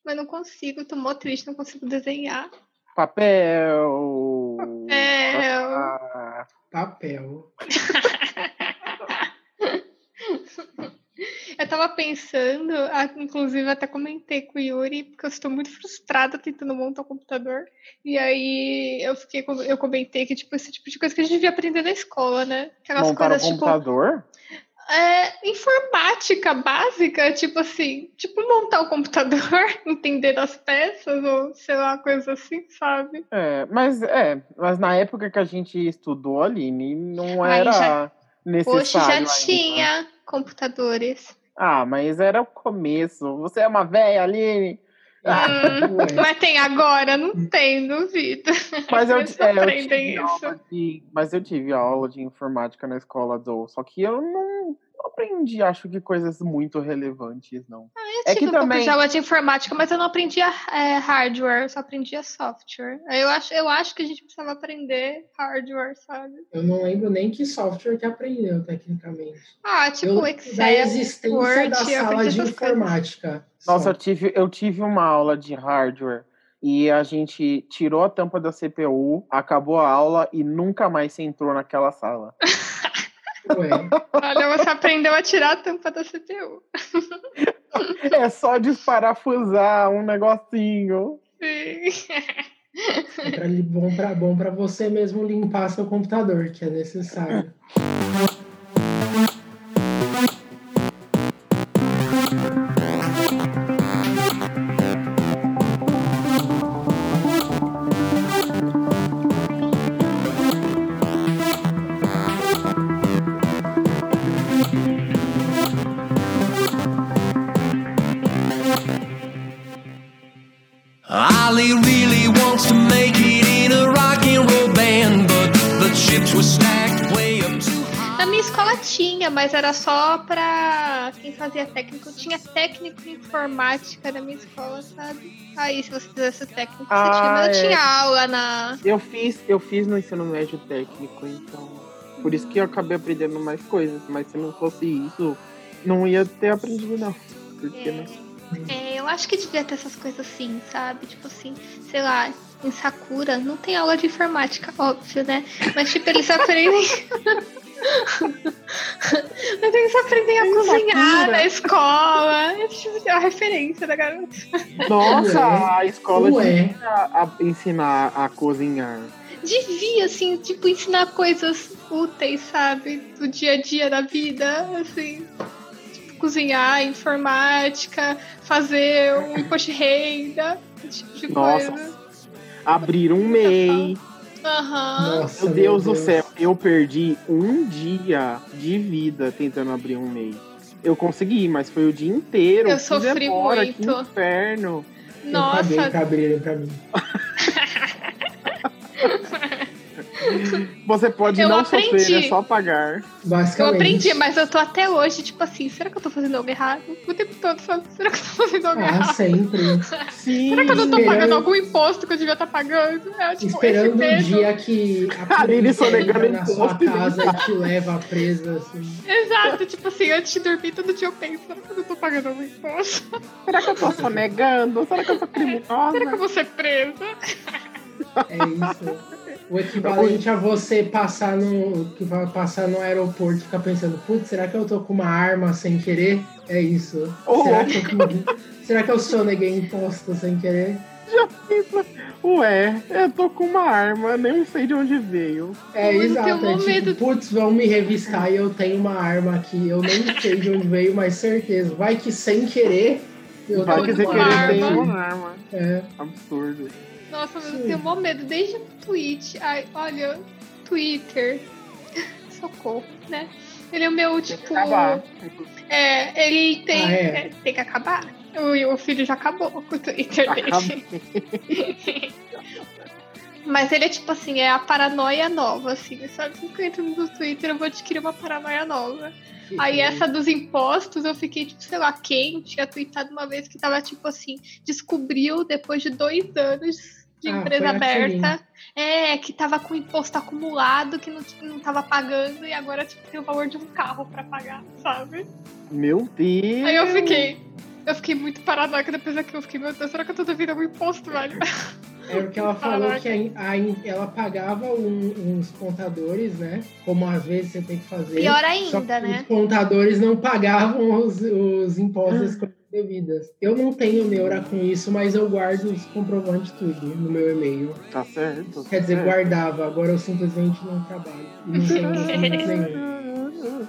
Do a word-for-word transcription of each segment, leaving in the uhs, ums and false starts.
Mas não consigo, tô mó triste, não consigo desenhar. Papel. Papel. Ah, papel. Eu tava pensando, inclusive até comentei com o Yuri, porque eu estou muito frustrada tentando montar um computador. E aí eu fiquei, eu comentei que tipo esse tipo de coisa que a gente devia aprender na escola, né? Aquelas montar coisas um computador? Tipo, é, informática básica, tipo assim, tipo montar o um computador, entender as peças ou sei lá, coisa assim, sabe? É, mas é, mas na época que a gente estudou, Aline, não era já, necessário. Hoje já ainda. tinha computadores. Ah, mas era o começo. Você é uma velha, Aline. Hum, mas tem agora? Não tem, duvido. Mas eu, é, eu tive isso. aula de, mas eu tive aula de informática na escola do, só que eu não aprendi, acho que coisas muito relevantes, não. Ah, eu é tive que um também... pouco de aula de informática, mas eu não aprendia é, hardware, eu só aprendia software. Eu acho, eu acho que a gente precisava aprender hardware, sabe? Eu não lembro nem que software que aprendeu, tecnicamente. Ah, tipo eu, Excel, da existência Word, da sala de informática. Coisas. Nossa, eu tive, eu tive uma aula de hardware e a gente tirou a tampa da C P U, acabou a aula e nunca mais se entrou naquela sala. Ué. Olha, você aprendeu a tirar a tampa da C P U. É só desparafusar um negocinho. Sim. É pra, bom para bom para você mesmo limpar seu computador, que é necessário. Ali really wants to make it in a rock and roll band, but the chips were stacked way up too high. Na minha escola tinha, mas era só pra quem fazia técnico. Tinha técnico em informática na minha escola, sabe? Aí, se você fizesse técnico, ah, você tinha. Mas eu é. tinha aula na... Eu fiz, eu fiz no ensino médio técnico, então... Por isso que eu acabei aprendendo mais coisas. Mas se não fosse isso, não ia ter aprendido, não. Porque, é. né? É, eu acho que devia ter essas coisas assim, sabe? Tipo assim, sei lá, em Sakura não tem aula de informática, óbvio, né? Mas tipo, eles aprendem. Mas eles aprendem a cozinhar na escola. É tipo a referência da garota. Nossa, Ué. a escola Ué. devia a, a ensinar a cozinhar. Devia, assim, tipo, ensinar coisas úteis, sabe? Do dia a dia da vida, assim. Cozinhar, informática, fazer um imposto de renda, esse tipo de Nossa, coisa. abrir um M E I. Aham. Nossa, Meu Deus meu do céu, eu perdi um dia de vida tentando abrir um M E I. Eu consegui, mas foi o dia inteiro. Eu Que sofri demora, muito. Que inferno. Nossa. Eu paguei pra abrirem pra mim. Você pode eu não aprendi. sofrer, é só pagar. Basicamente. Eu aprendi, mas eu tô até hoje, tipo assim, será que eu tô fazendo algo errado? O tempo todo falando, será que eu tô fazendo algo ah, errado? sempre. Sim. Será que eu não tô Esperando... pagando algum imposto que eu devia estar pagando? É, tipo, Esperando esse o dia que a polícia entra na sua casa e te leva presa, assim. Exato, tipo assim, antes de dormir, todo dia eu penso, será que eu não tô pagando algum imposto? Será que eu tô sonegando? Será que eu tô criminosa? Será que eu vou ser presa? É isso. O equivalente a você passar no, que vai passar no aeroporto e ficar pensando, putz, será que eu tô com uma arma sem querer? É isso. Oh. Será, que eu, será que eu soneguei imposto sem querer? Já pensa, ué, eu tô com uma arma, nem sei de onde veio. É, eu exato. É tipo, medo. putz, vão me revistar e eu tenho uma arma aqui. Eu nem sei de onde veio, mas certeza. Vai que sem querer eu Vai tô que com sem uma querer arma. tem aqui. uma arma. É. Absurdo. Nossa, mas eu tenho mó medo desde o tweet. Ai, olha, Twitter. Socorro, né? Ele é o meu, tipo. Tem que acabar. É, ele tem. Ah, é? É, tem que acabar. O, o filho já acabou com o Twitter dele. Mas ele é tipo assim, é a paranoia nova, assim, sabe? Se eu entro no Twitter, eu vou adquirir uma paranoia nova. Aí essa dos impostos, eu fiquei, tipo, sei lá, quem tinha tweetado uma vez que tava, tipo assim, descobriu depois de dois anos de Ah, empresa foi aberta, é, que tava com imposto acumulado, que não, não tava pagando, e agora, tipo, tem o valor de um carro pra pagar, sabe? Meu Deus! Aí eu fiquei, Eu fiquei muito paranoica depois daquilo. Eu fiquei, meu Deus, será que eu tô devendo algum imposto, velho? É porque ela falou que a, a, ela pagava um, uns contadores, né? Como às vezes você tem que fazer. Pior ainda, só que né? Os contadores não pagavam os, os impostos das coisas devidas. Eu não tenho neura com isso, mas eu guardo os comprovantes tudo no meu e-mail. Tá certo. Quer dizer, certo. guardava. Agora eu simplesmente não trabalho. E não tenho documento nenhum.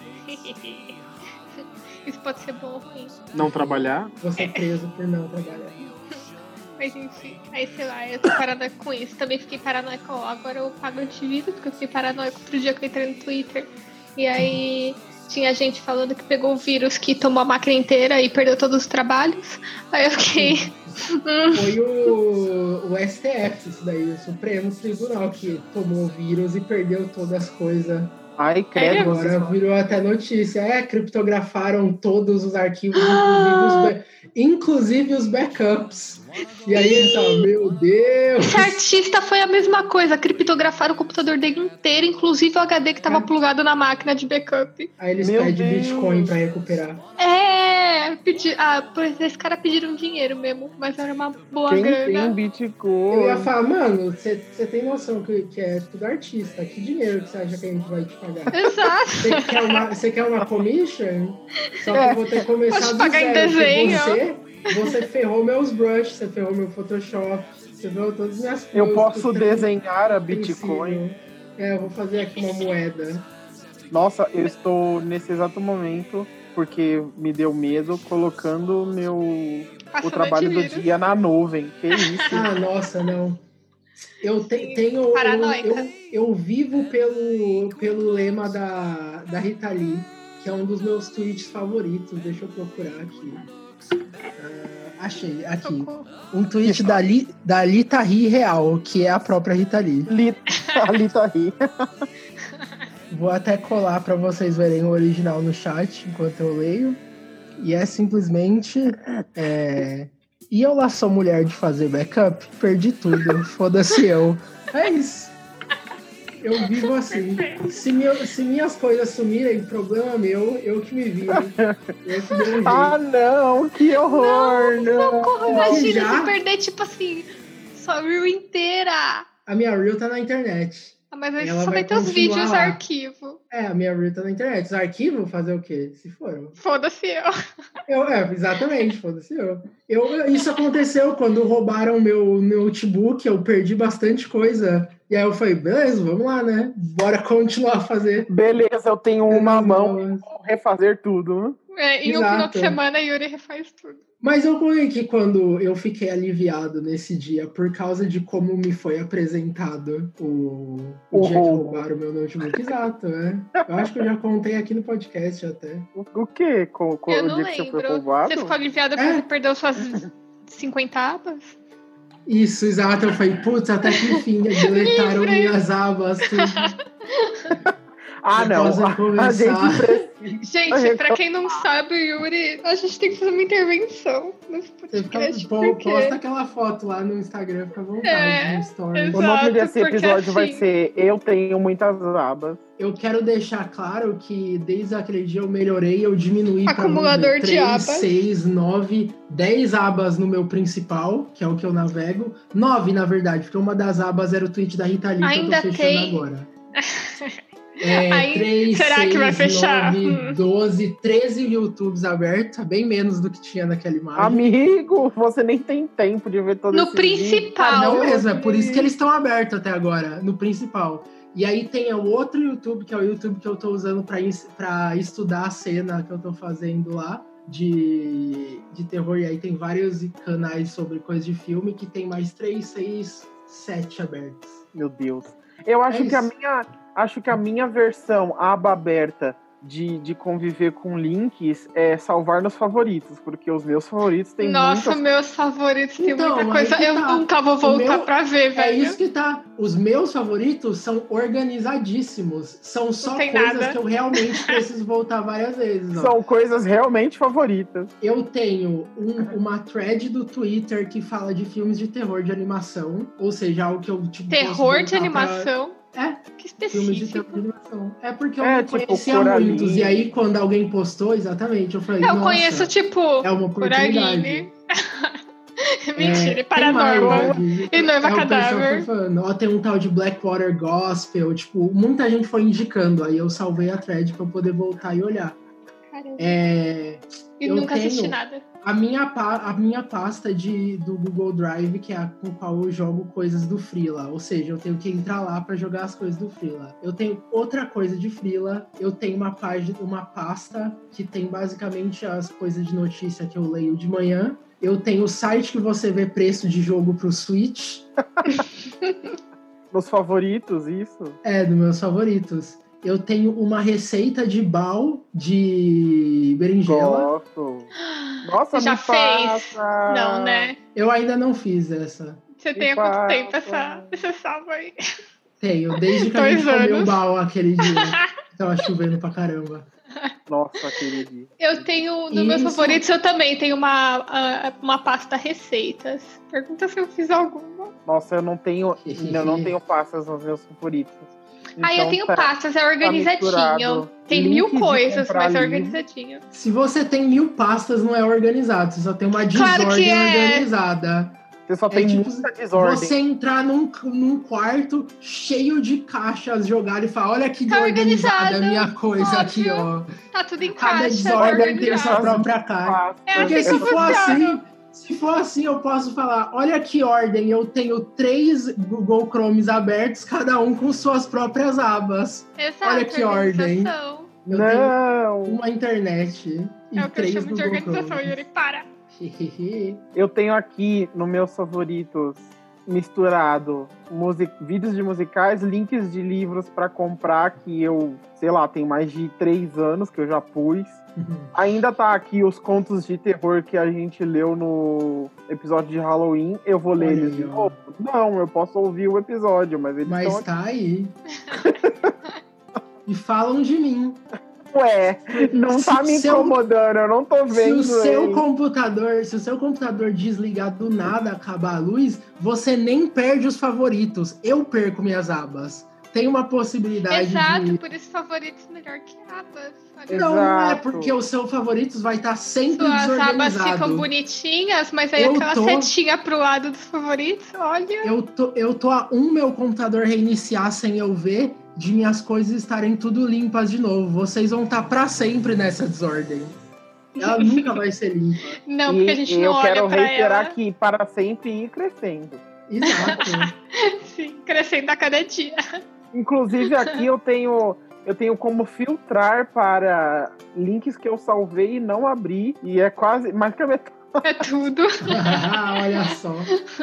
Isso pode ser bom ou ruim. Não trabalhar? Você é preso por não trabalhar. Mas enfim, aí sei lá, eu tô paranoica com isso. Também fiquei paranoica, ó, agora eu pago antivírus, porque eu fiquei paranoica outro dia que eu entrei no Twitter. E aí tinha gente falando que pegou o vírus que tomou a máquina inteira e perdeu todos os trabalhos. Aí eu fiquei... Foi o, o S T F, isso daí, o Supremo Tribunal, que tomou o vírus e perdeu todas as coisas. Ai, credo. Agora virou até notícia. É, criptografaram todos os arquivos, inclusive os, ba- inclusive os backups. E aí eles falam, meu Deus! Esse artista foi a mesma coisa, criptografaram o computador dele inteiro, inclusive o H D que tava É. plugado na máquina de backup. Aí eles Meu pedem Deus. Bitcoin pra recuperar. É, pedi, ah, pois esses caras pediram dinheiro mesmo, mas era uma boa Quem grana. tem Bitcoin? Eu ia falar, mano, você tem noção que, que é tudo artista. Que dinheiro que você acha que a gente vai te pagar? Exato. Você quer uma, você quer uma commission? Só que eu vou ter que começar Pode do pagar em zero. porque desenho. Você, você ferrou meus brushes, você ferrou meu Photoshop, você ferrou todas as minhas coisas. Eu posso que desenhar a princípio. Bitcoin. É, eu vou fazer aqui uma moeda. Nossa, eu estou nesse exato momento, porque me deu medo, colocando meu Passando o trabalho do antivírus. dia na nuvem. Que isso? Ah, nossa, não. Eu te- Sim, tenho. Eu, paranoica. eu, eu vivo pelo, pelo lema da, da Rita Lee, que é um dos meus tweets favoritos. Deixa eu procurar aqui. Ah, achei, aqui. Socorro. Um tweet da, Li, da Lita Ri Real, que é a própria Rita Lee. Li- Ali tá aí. Vou até colar para vocês verem o original no chat enquanto eu leio. E é simplesmente. É... E eu lá sou mulher de fazer backup? Perdi tudo. Foda-se eu. É isso. Eu vivo assim. Se, meu, se minhas coisas sumirem, problema meu, eu que me viro. Eu que dei um jeito. Ah, não, que horror! Não, Socorro, imagina Já? se perder, tipo assim, sua reel inteira. A minha reel tá na internet. Ah, mas aí Ela só vai vai ter os continuar vídeos lá. arquivo. É, a minha reel tá na internet. Os arquivos, fazer o quê? Se foram. Foda-se eu. Eu, é, exatamente, foda-se eu. eu. Isso aconteceu quando roubaram meu notebook, eu perdi bastante coisa. E aí eu falei, beleza, vamos lá, né? Bora continuar a fazer. Beleza, eu tenho uma Não, mão não. e vou refazer tudo. É, em um Exato. final de semana, Yuri refaz tudo. Mas eu falei que quando eu fiquei aliviado nesse dia, por causa de como me foi apresentado o, o O dia que roubo. roubaram meu notebook. Exato, é. Eu acho que eu já contei aqui no podcast até. O, o quê? Co, co, Eu o não dia que você foi lembro. roubado? Você ficou aliviado É. porque você perdeu suas cinquenta abas? Isso, exato. Eu falei, putz, até que enfim, deletaram Livre. minhas abas, tudo. Ah, não. Após eu A começar. gente precisa. Gente, pra quem não sabe, Yuri, a gente tem que fazer uma intervenção nesse Você fica, podcast. pô, porque... posta aquela foto lá no Instagram, fica à vontade, É, no story. exato. O nome desse porque episódio vai assim- ser Eu Tenho Muitas Abas. Eu quero deixar claro que desde aquele dia eu melhorei, eu diminuí para Acumulador de abas. seis, nove, dez abas no meu principal, que é o que eu navego. nove, na verdade, porque uma das abas era o tweet da Rita Lee que Ainda eu tô fechando tem? agora. É, Aí, três, será seis, que vai fechar? nove, Hum. doze, treze YouTubes abertos, bem menos do que tinha naquela imagem. Amigo, você nem tem tempo de ver todo No esse vídeo. principal. Ah, não Paulo, mesmo, é por isso que eles estão abertos até agora, no principal. E aí tem o outro YouTube, que é o YouTube que eu tô usando pra, ins- pra estudar a cena que eu tô fazendo lá, de, de terror. E aí tem vários canais sobre coisas de filme, que tem mais três, seis, sete abertos. Meu Deus. Eu acho É que a isso. minha, acho que a minha versão aba aberta de, de conviver com links é salvar nos favoritos, porque os meus favoritos têm Nossa, muitas... meus favoritos tem Então, muita aí coisa. que Eu tá. nunca vou O voltar meu- pra ver, É velho. isso que tá. Os meus favoritos são organizadíssimos. São só tem coisas nada. que eu realmente preciso voltar várias vezes. ó. São coisas realmente favoritas. Eu tenho um- uma thread do Twitter que fala de filmes de terror de animação. Ou seja, algo que eu tipo, posso Terror de voltar pra- animação? É. Que Filmes de específico. tempo de animação. É porque eu É, não tipo, conhecia Coraline. muitos. E aí, quando alguém postou, exatamente, eu falei, Eu nossa, conheço, tipo, é uma oportunidade. Coraline. Mentira, e Tem mais, Paranormal. né? E Noiva É, o pessoal Cadáver. foi falando, ó, tem um tal de Blackwater Gospel, tipo, muita gente foi indicando, aí eu salvei a thread pra eu poder voltar e olhar. Caramba. É, E eu nunca assisti tenho- nada. a, minha, pa- a minha pasta de, do Google Drive, que é a com qual eu jogo coisas do Freela, ou seja, eu tenho que entrar lá pra jogar as coisas do Freela. Eu tenho outra coisa de Freela, eu tenho uma página, uma pasta que tem basicamente as coisas de notícia que eu leio de manhã. Eu tenho o site que você vê preço de jogo pro Switch. Nos favoritos, isso. É, dos meus favoritos. Eu tenho uma receita de bal de berinjela. Gosto. Nossa, Você já me fez? passa. Não, né? Eu ainda não fiz essa. Você Me tem há quanto passa. tempo essa, essa salva aí? Tenho, desde que a Dois gente comeu anos. bal aquele dia. Tava chovendo pra caramba. Nossa, aquele dia. Eu tenho, nos meus Isso. favoritos, eu também tenho uma, a- uma pasta receitas. Pergunta se eu fiz alguma. Nossa, eu não tenho. Eu não tenho pastas nos meus favoritos. Ah, eu Então, tenho tá- pastas, é organizadinho. misturado. Tem Link mil de coisas, comprar mas é livro. organizadinho. Se você tem mil pastas, não é organizado. Você só tem uma Claro que desordem é. organizada. Você só É tem tipo muita desordem. você entrar num, num quarto cheio de caixas jogadas e falar: olha que Tá organizada a organizado, minha coisa aqui, óbvio. ó. Tá tudo em Cada caixa, desordem tem a sua organizado. própria caixa. É Porque assim se que for assim, funciona. se for assim, eu posso falar: olha que ordem, eu tenho três Google Chromes abertos, cada um com suas próprias abas. Exato, Olha que ordem. organização. Eu tenho Não! uma internet e É o que eu três chamo de Google organização, Chromes. Yuri. Para. Eu tenho aqui nos meus favoritos misturado music... vídeos de musicais, links de livros pra comprar que eu, sei lá, tem mais de três anos que eu já pus. Ainda tá aqui os contos de terror que a gente leu no episódio de Halloween. Eu vou ler Olha eles aí, de ó. novo? Não, eu posso ouvir o episódio, mas eles Mas estão aqui. tá aí. E falam de mim. Ué, não Se tá o me seu- incomodando, eu não tô Se vendo o seu ele. computador, se o seu computador desligar do nada, acabar a luz, você nem perde os favoritos. Eu perco minhas abas. Tem uma possibilidade Exato, de. por isso favoritos melhor que abas. Olha, Não, não é Exato. porque o seu favoritos vai estar sempre suas abas desorganizado. ficam bonitinhas, mas aí Eu aquela tô- setinha pro lado dos favoritos, olha. Eu tô, eu tô a um meu computador reiniciar sem eu ver, de minhas coisas estarem tudo limpas de novo. Vocês vão estar pra sempre nessa desordem. Ela nunca vai ser limpa. Não, porque a E gente eu não olha quero pra reiterar ela. que para sempre ir crescendo. Exato. Sim, crescendo a cada dia. Inclusive aqui eu tenho eu tenho como filtrar para links que eu salvei e não abri, e é quase mais que a metade. É tudo. Olha só.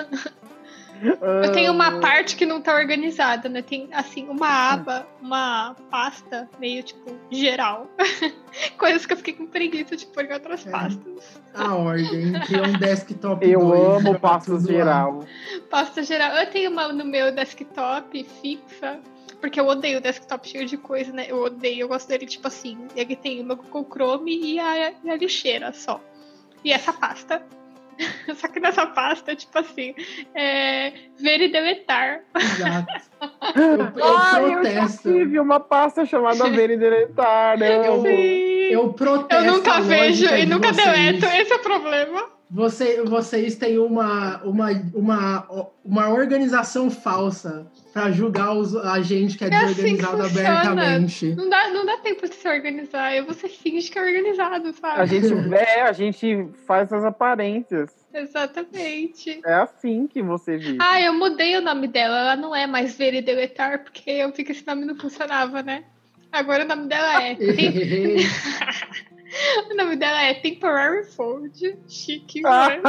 Eu tenho uma parte que não tá organizada, né? Tem, assim, uma aba, uma pasta meio, tipo, geral. Coisas que eu fiquei com preguiça de pôr em outras É. pastas. A ordem, criou um desktop Eu dois, amo joga passos tudo lá. geral. Pasta geral. Eu tenho uma no meu desktop fixa, porque eu odeio o desktop cheio de coisa, né? Eu odeio, eu gosto dele, tipo assim. Ele tem o meu Google Chrome e a, e a lixeira só. E essa pasta. Só que nessa pasta, tipo assim, é ver e deletar. Exato. Eu, eu Ai, eu já protesto. tive uma pasta chamada Ver e Deletar. Eu, Sim. Eu protesto. Eu nunca a vejo lógica e de nunca vocês. deleto, esse é o problema. Você, vocês têm uma, uma, uma, uma organização falsa pra julgar os, a gente que é, É assim que desorganizado funciona. abertamente. Não dá, não dá tempo de se organizar. E você finge que é organizado, sabe? a gente é, a gente faz as aparências. Exatamente. É assim que você vive. Ah, eu mudei o nome dela. Ela não é mais ver e deletar, porque eu vi que esse nome não funcionava, né? Agora o nome dela é. Tem... o nome dela é Temporary Fold. Chique, né?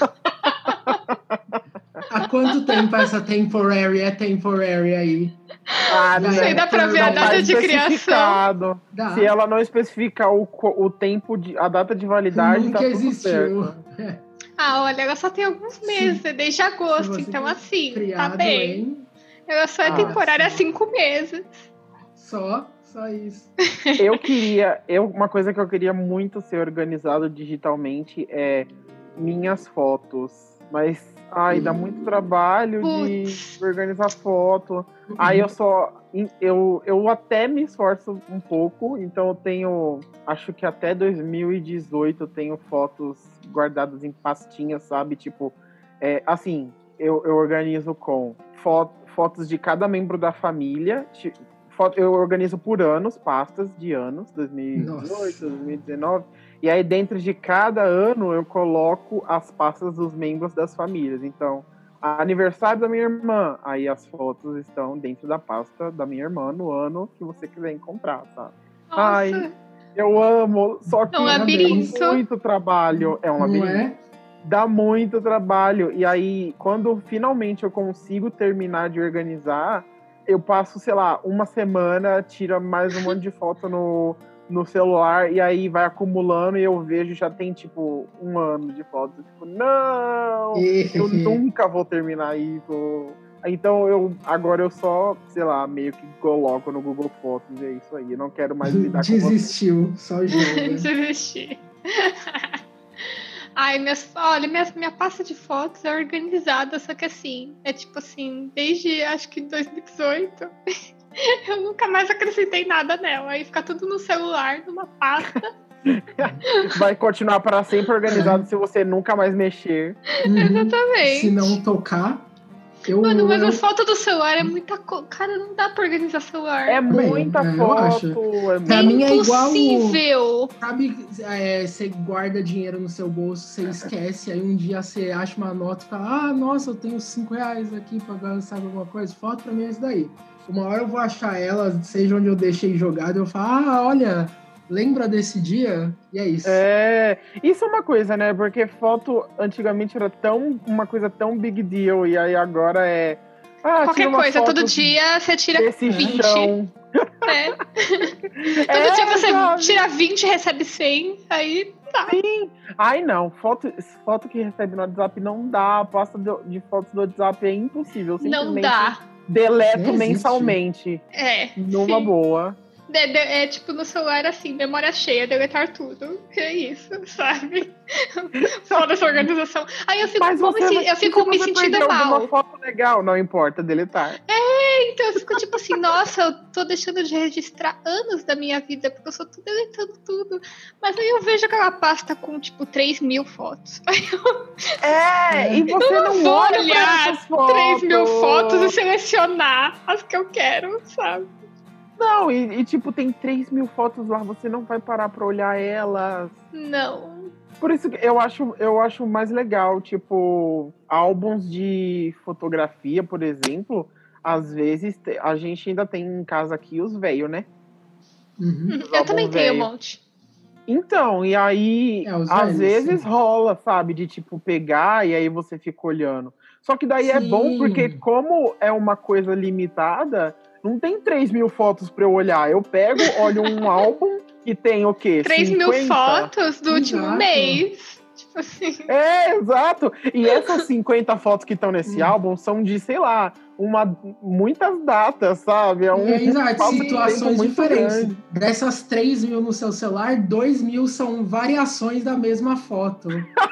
Há quanto tempo essa temporary é temporary aí? Ah, Não Isso aí dá pra ver a não tá data de criação. especificado. Dá. Se ela não especificar o, co- o tempo, de, a data de validade, Nunca tá tudo existiu. certo. Ah, olha, ela só tem alguns meses, é desde agosto, você então tem assim, tá Criado bem. em Ela só é Ah, temporária há sim. cinco meses. só, só isso. Eu queria, eu, uma coisa que eu queria muito ser organizado digitalmente é minhas fotos. Mas Ai, dá muito trabalho Putz. de organizar foto. Aí eu só... Eu, eu até me esforço um pouco, então eu tenho... Acho que até dois mil e dezoito eu tenho fotos guardadas em pastinhas, sabe? Tipo, é, assim, eu, eu organizo com foto, fotos de cada membro da família. Foto, eu organizo por anos, pastas de anos, dois mil e dezoito, Nossa. dois mil e dezenove. E aí dentro de cada ano eu coloco as pastas dos membros das famílias. Então, aniversário da minha irmã, aí as fotos estão dentro da pasta da minha irmã no ano que você quiser encontrar, sabe? Nossa. Ai, eu amo, só que É um labirinto. dá muito trabalho. É um Não labirinto. é? Dá muito trabalho. E aí, quando finalmente eu consigo terminar de organizar, eu passo, sei lá, uma semana, tiro mais um monte de foto no, no celular, e aí vai acumulando, e eu vejo, já tem, tipo, um ano de fotos. Tipo, não! Eu nunca vou terminar isso. Então, eu, agora eu só, sei lá, meio que coloco no Google Fotos, e é isso aí. Eu não quero mais lidar com você. Desistiu, só joga. Desisti. Ai, minhas, olha, minha, minha pasta de fotos é organizada, só que assim, é tipo assim, desde acho que dois mil e dezoito, eu nunca mais acrescentei nada nela. Aí fica tudo no celular, numa pasta. Vai continuar para sempre organizado se você nunca mais mexer. Uhum. Exatamente. Se não tocar. Eu, Mano, mas eu... as fotos do celular é muita coisa. Cara, não dá pra organizar celular. É Também, muita é, eu foto. acho. É Pra muito... mim é igual. Impossível. Sabe, é, você guarda dinheiro no seu bolso, você esquece, aí um dia você acha uma nota e fala: ah, nossa, eu tenho cinco reais aqui pra gastar alguma coisa. Foto pra mim é isso daí. Uma hora eu vou achar ela, seja onde eu deixei jogado, eu falo: ah, olha, lembra desse dia? E é isso. É, isso é uma coisa, né? Porque foto antigamente era tão uma coisa tão big deal, e aí agora é. Ah, Qualquer coisa, todo dia você tira desse vinte. chão. É. Todo É, dia você sabe? tira vinte e recebe cem, aí tá. Sim. Ai, não. Foto, foto que recebe no WhatsApp não dá. A pasta de, de fotos do WhatsApp é impossível. Não Simplesmente dá. deleto Nem existe. mensalmente. É. Numa sim. boa. De, de, é tipo no celular assim, memória cheia, deletar tudo. Que é isso, sabe? Foda essa organização. Aí eu fico, Mas como você, esse- eu fico se me você sentindo perdeu mal. alguma foto legal, não importa, deletar. É, então eu fico tipo assim, nossa, eu tô deixando de registrar anos da minha vida, porque eu só tô deletando tudo. Mas aí eu vejo aquela pasta com tipo três mil fotos. Aí eu É, e você eu não, vou olha pra olhar essas fotos. três mil fotos e selecionar as que eu quero, sabe? Não, e, e, tipo, tem três mil fotos lá, você não vai parar pra olhar elas. Não. Por isso que eu acho, eu acho mais legal, tipo, álbuns de fotografia, por exemplo, às vezes te- a gente ainda tem em casa aqui os velhos, né? Uhum. Os Eu também álbuns tenho um velho. monte. Então, e aí, É, os às velhos, vezes sim. rola, sabe, de tipo pegar e aí você fica olhando. Só que daí é bom Sim. porque, como é uma coisa limitada, não tem três mil fotos pra eu olhar. Eu pego, olho um álbum e tem o quê? três mil fotos do último Exato. mês. Tipo assim. É, exato. E essas cinquenta fotos que estão nesse Hum. álbum são de, sei lá, uma, muitas datas, sabe? É um É, exato, espaço de tempo situações muito diferentes. grande. Dessas três mil no seu celular, dois mil são variações da mesma foto.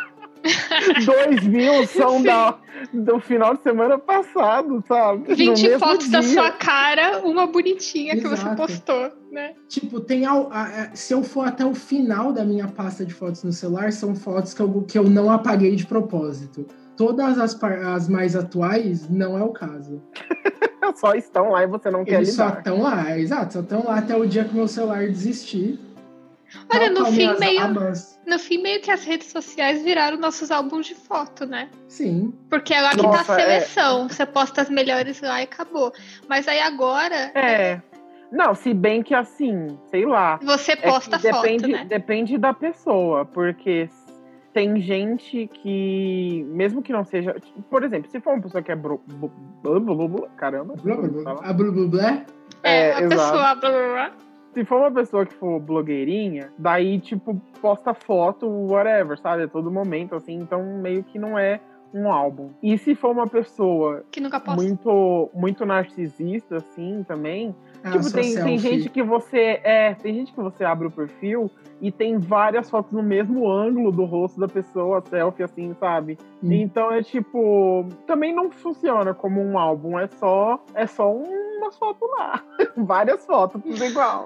Dois mil são Sim. da, do final de semana passado, sabe? No vinte mesmo fotos da dia. sua cara, uma bonitinha que você Exato. postou, né? Tipo, tem ao- a- a- se eu for até o final da minha pasta de fotos no celular, são fotos que eu, que eu não apaguei de propósito. Todas as, par- as mais atuais, não é o caso. Só estão lá e você não quer Eles só lidar. estão lá, exato, só estão lá até o dia que meu celular desistir. Olha, Tal no qual fim, minhas meio- abas. No fim, meio que as redes sociais viraram nossos álbuns de foto, né? Sim. Porque é lá que Nossa, tá a seleção. Você posta as melhores lá e acabou. Mas aí agora, É. Não, se bem que assim, sei lá. você É posta que depende, foto, né? depende da pessoa, porque tem gente que, mesmo que não seja. Por exemplo, se for uma pessoa que é. Bro, blu- blu- blu- blu- caramba, Blá, blá, como blá. fala? A blu, blu, blá. É, É, a exato. pessoa. Blá, blá, blá. Se for uma pessoa que for blogueirinha, daí, tipo, posta foto, whatever, sabe? A todo momento, assim, então meio que não é um álbum. E se for uma pessoa Que nunca posta. muito, muito narcisista, assim, também. Ah, tipo, só tem, tem selfie. gente que você. É, tem gente que você abre o perfil e tem várias fotos no mesmo ângulo do rosto da pessoa, selfie, assim, sabe? Hum. Então é tipo, também não funciona como um álbum, é só, é só uma foto lá. Várias fotos, tudo igual.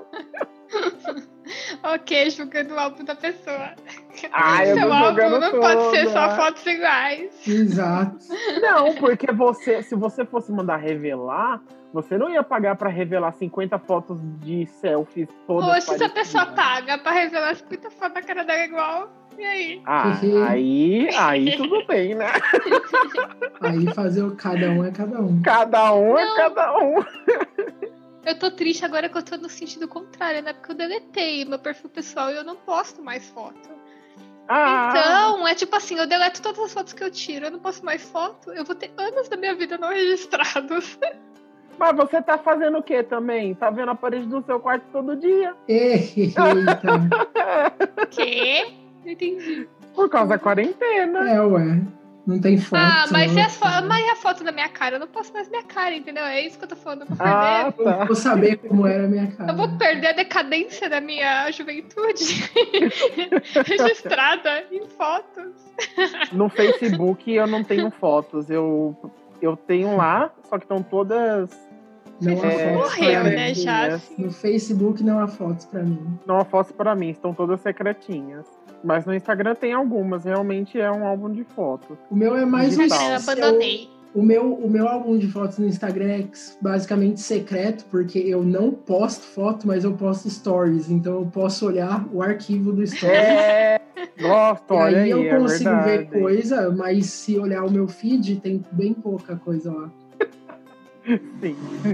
Ok, julgando o álbum da pessoa. Ah, eu Seu tô álbum não toda. pode ser só fotos iguais. Exato. Não, porque você, se você fosse mandar revelar, você não ia pagar pra revelar cinquenta fotos de selfies todas Poxa, se a parecidas. pessoa paga pra revelar cinquenta fotos da cara dela igual, e aí? Ah, aí, aí tudo bem, né? Aí fazer o cada um é cada um. Cada um Não. é cada um. Eu tô triste agora que eu tô no sentido contrário, né? Porque eu deletei meu perfil pessoal e eu não posto mais foto. Ah, Então, é tipo assim, eu deleto todas as fotos que eu tiro, eu não posto mais foto, eu vou ter anos da minha vida não registrados. mas você tá fazendo o quê também? Tá vendo a parede do seu quarto todo dia? Eita. Quê? Não entendi. Por causa da quarentena. É, ué. Não tem foto. Ah, mas, e não. as fo- mas e a foto da minha cara? Eu não posto mais minha cara, entendeu? É isso que eu tô falando, eu vou Ah, perder. tá. Eu vou saber como era a minha cara. Eu vou perder a decadência da minha juventude registrada em fotos. No Facebook eu não tenho fotos. Eu, eu tenho lá, só que estão todas. Não há Você É, fotos morreu, pra né, mim. já? secretinhas. No Facebook não há fotos pra mim. Não há fotos pra mim, estão todas secretinhas. Mas no Instagram tem algumas, realmente é um álbum de fotos. O meu é mais um Digital. Eu seu- abandonei. O meu, o meu álbum de fotos no Instagram é basicamente secreto, porque eu não posto foto, mas eu posto stories. Então eu posso olhar o arquivo do stories. É, gosto, E olha aí aí, eu consigo é ver verdade. coisa, mas se olhar o meu feed, tem bem pouca coisa lá. Sim.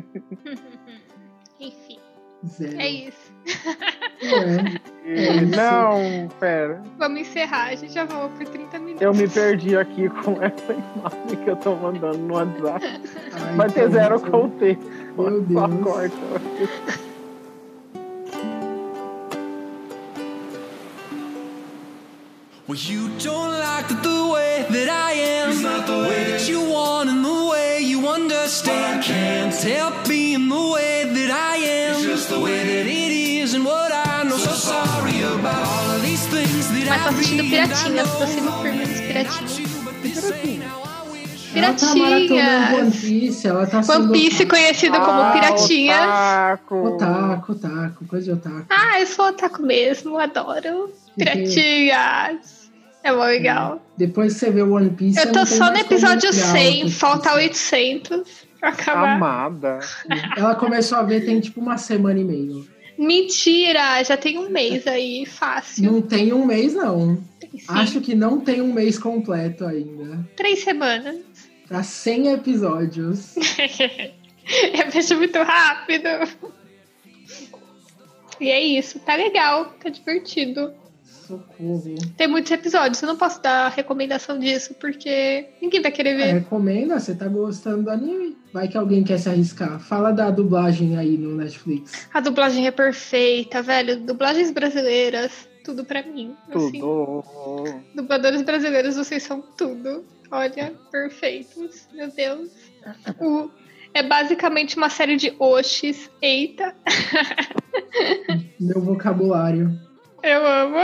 Enfim, Zero. é isso. É. É isso. Não, pera. Vamos encerrar, a gente já falou por trinta minutos. Eu me perdi aqui com essa imagem que eu tô mandando no WhatsApp. Ai, Vai ter então, zero meu contexto. Deus. Só corta. Well, you don't like the way that I am. It's not the way that you want and the way you understand. Can't help being the way that I am. It's just the way that it is and what I know. So sorry about all of these things that Mas tô I assistindo read and I Piratinhas, tô sendo know. firme nos Piratinhas. Ela tá maratonando One Piratinhas! Piece, ela tá sendo One Piece conhecido como Ah, Piratinhas. otaku. otaku, otaku, coisa de otaku. Ah, eu sou otaku mesmo, adoro. Piratinhas! É muito legal. Depois que você vê o One Piece, Eu você tô não tem só no mais como episódio negar cem, o falta One Piece. oitocentos pra acabar. Amada. Ela começou a ver tem tipo uma semana e meia. Mentira! Já tem um mês aí, fácil. Não tem um mês, não. Sim. Acho que não tem um mês completo ainda. Três semanas. Pra cem episódios. Eu vejo muito rápido. E é isso, tá legal, tá divertido. Socorro. Tem muitos episódios, eu não posso dar recomendação disso, porque ninguém vai querer É, ver. recomenda, você tá gostando do anime. Vai que alguém quer se arriscar. Fala da dublagem aí no Netflix. A dublagem é perfeita, velho. Dublagens brasileiras, tudo pra mim. Assim, Tudo. dubladores brasileiros, vocês são tudo. Olha, perfeitos. Meu Deus. O- é basicamente uma série de oxis. Eita, Meu vocabulário. eu amo.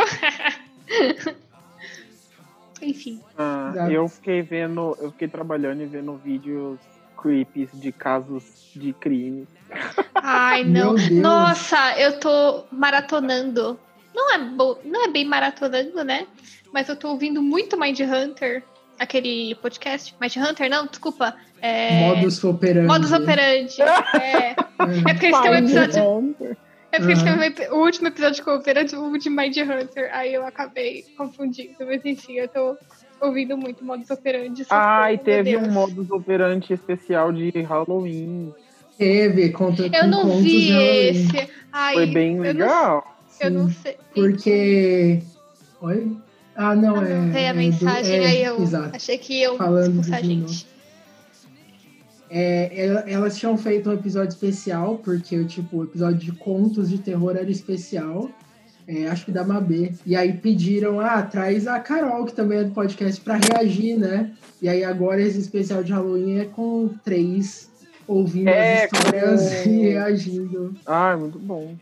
Enfim. Ah, Exato. eu fiquei vendo, eu fiquei trabalhando e vendo vídeos creepies de casos de crime. Ai, Meu não. Deus. Nossa, eu tô maratonando. Não é, bo... não é bem maratonando, né? Mas eu tô ouvindo muito Mind Hunter, aquele podcast. Mind Hunter, não, desculpa. É... Modus operandi. Modus Operandi. É, É. é porque eles têm um episódio. Hunter. É porque eles têm Uhum. um ep- o último episódio que eu ouvi era de- o de Mind Hunter. Aí eu acabei confundindo. Mas enfim, eu tô ouvindo muito Modus Operandi. socorro, Ah, e meu teve Deus. um modus operandi especial de Halloween. Teve, conta, Eu com não contos vi de Halloween. esse. Ai, Foi bem eu não- legal. Eu não, Sim. sei. Porque. Oi? Ah, não, Ah, é. não, veio é a do- mensagem, é, aí eu Exato. achei que iam Falando expulsar a do gente. É, ela- elas tinham feito um episódio especial, porque tipo, o episódio de contos de terror era especial. É, acho que da Mabê. E aí pediram, ah, traz a Carol, que também é do podcast, pra reagir, né? E aí agora esse especial de Halloween é com três ouvindo É, as histórias com- e reagindo. Ah, muito bom.